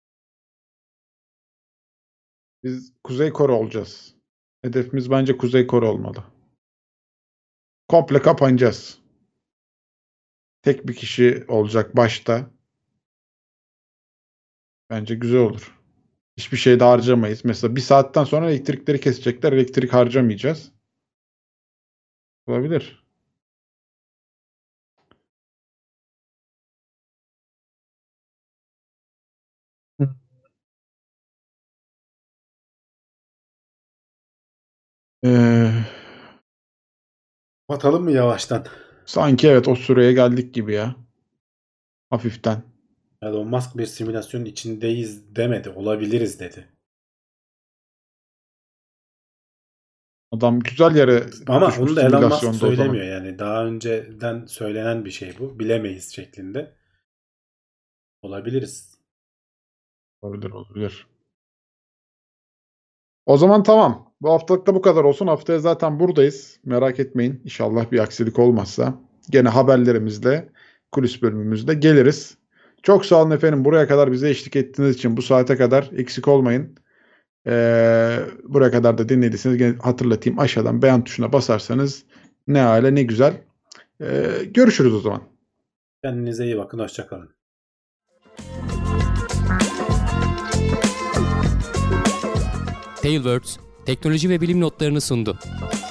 Biz Kuzey Kore olacağız. Hedefimiz bence Kuzey Kore olmalı. Komple kapanacağız. Tek bir kişi olacak başta. Bence güzel olur. Hiçbir şey de harcamayız. Mesela bir saatten sonra elektrikleri kesecekler. Elektrik harcamayacağız. Olabilir. Ee, Atalım mı yavaştan? sanki evet o süreye geldik gibi ya. Hafiften. Elon Musk bir simülasyonun içindeyiz demedi. Olabiliriz dedi. Adam güzel yere Ama düşmüş onu da Elon Musk simülasyonda o zaman. söylemiyor yani. Daha önceden söylenen bir şey bu. Bilemeyiz şeklinde. Olabiliriz. Olabilir, olabilir. O zaman tamam. Bu haftalık da bu kadar olsun. Haftaya zaten buradayız. Merak etmeyin. İnşallah bir aksilik olmazsa. Gene haberlerimizle, kulis bölümümüzde geliriz. Çok sağ olun efendim. Buraya kadar bize eşlik ettiğiniz için bu saate kadar eksik olmayın. Buraya kadar da dinlediyseniz gene hatırlatayım. Aşağıdan beğen tuşuna basarsanız ne hale ne güzel. Görüşürüz o zaman. Kendinize iyi bakın. Hoşça kalın. Tailwords teknoloji ve bilim notlarını sundu.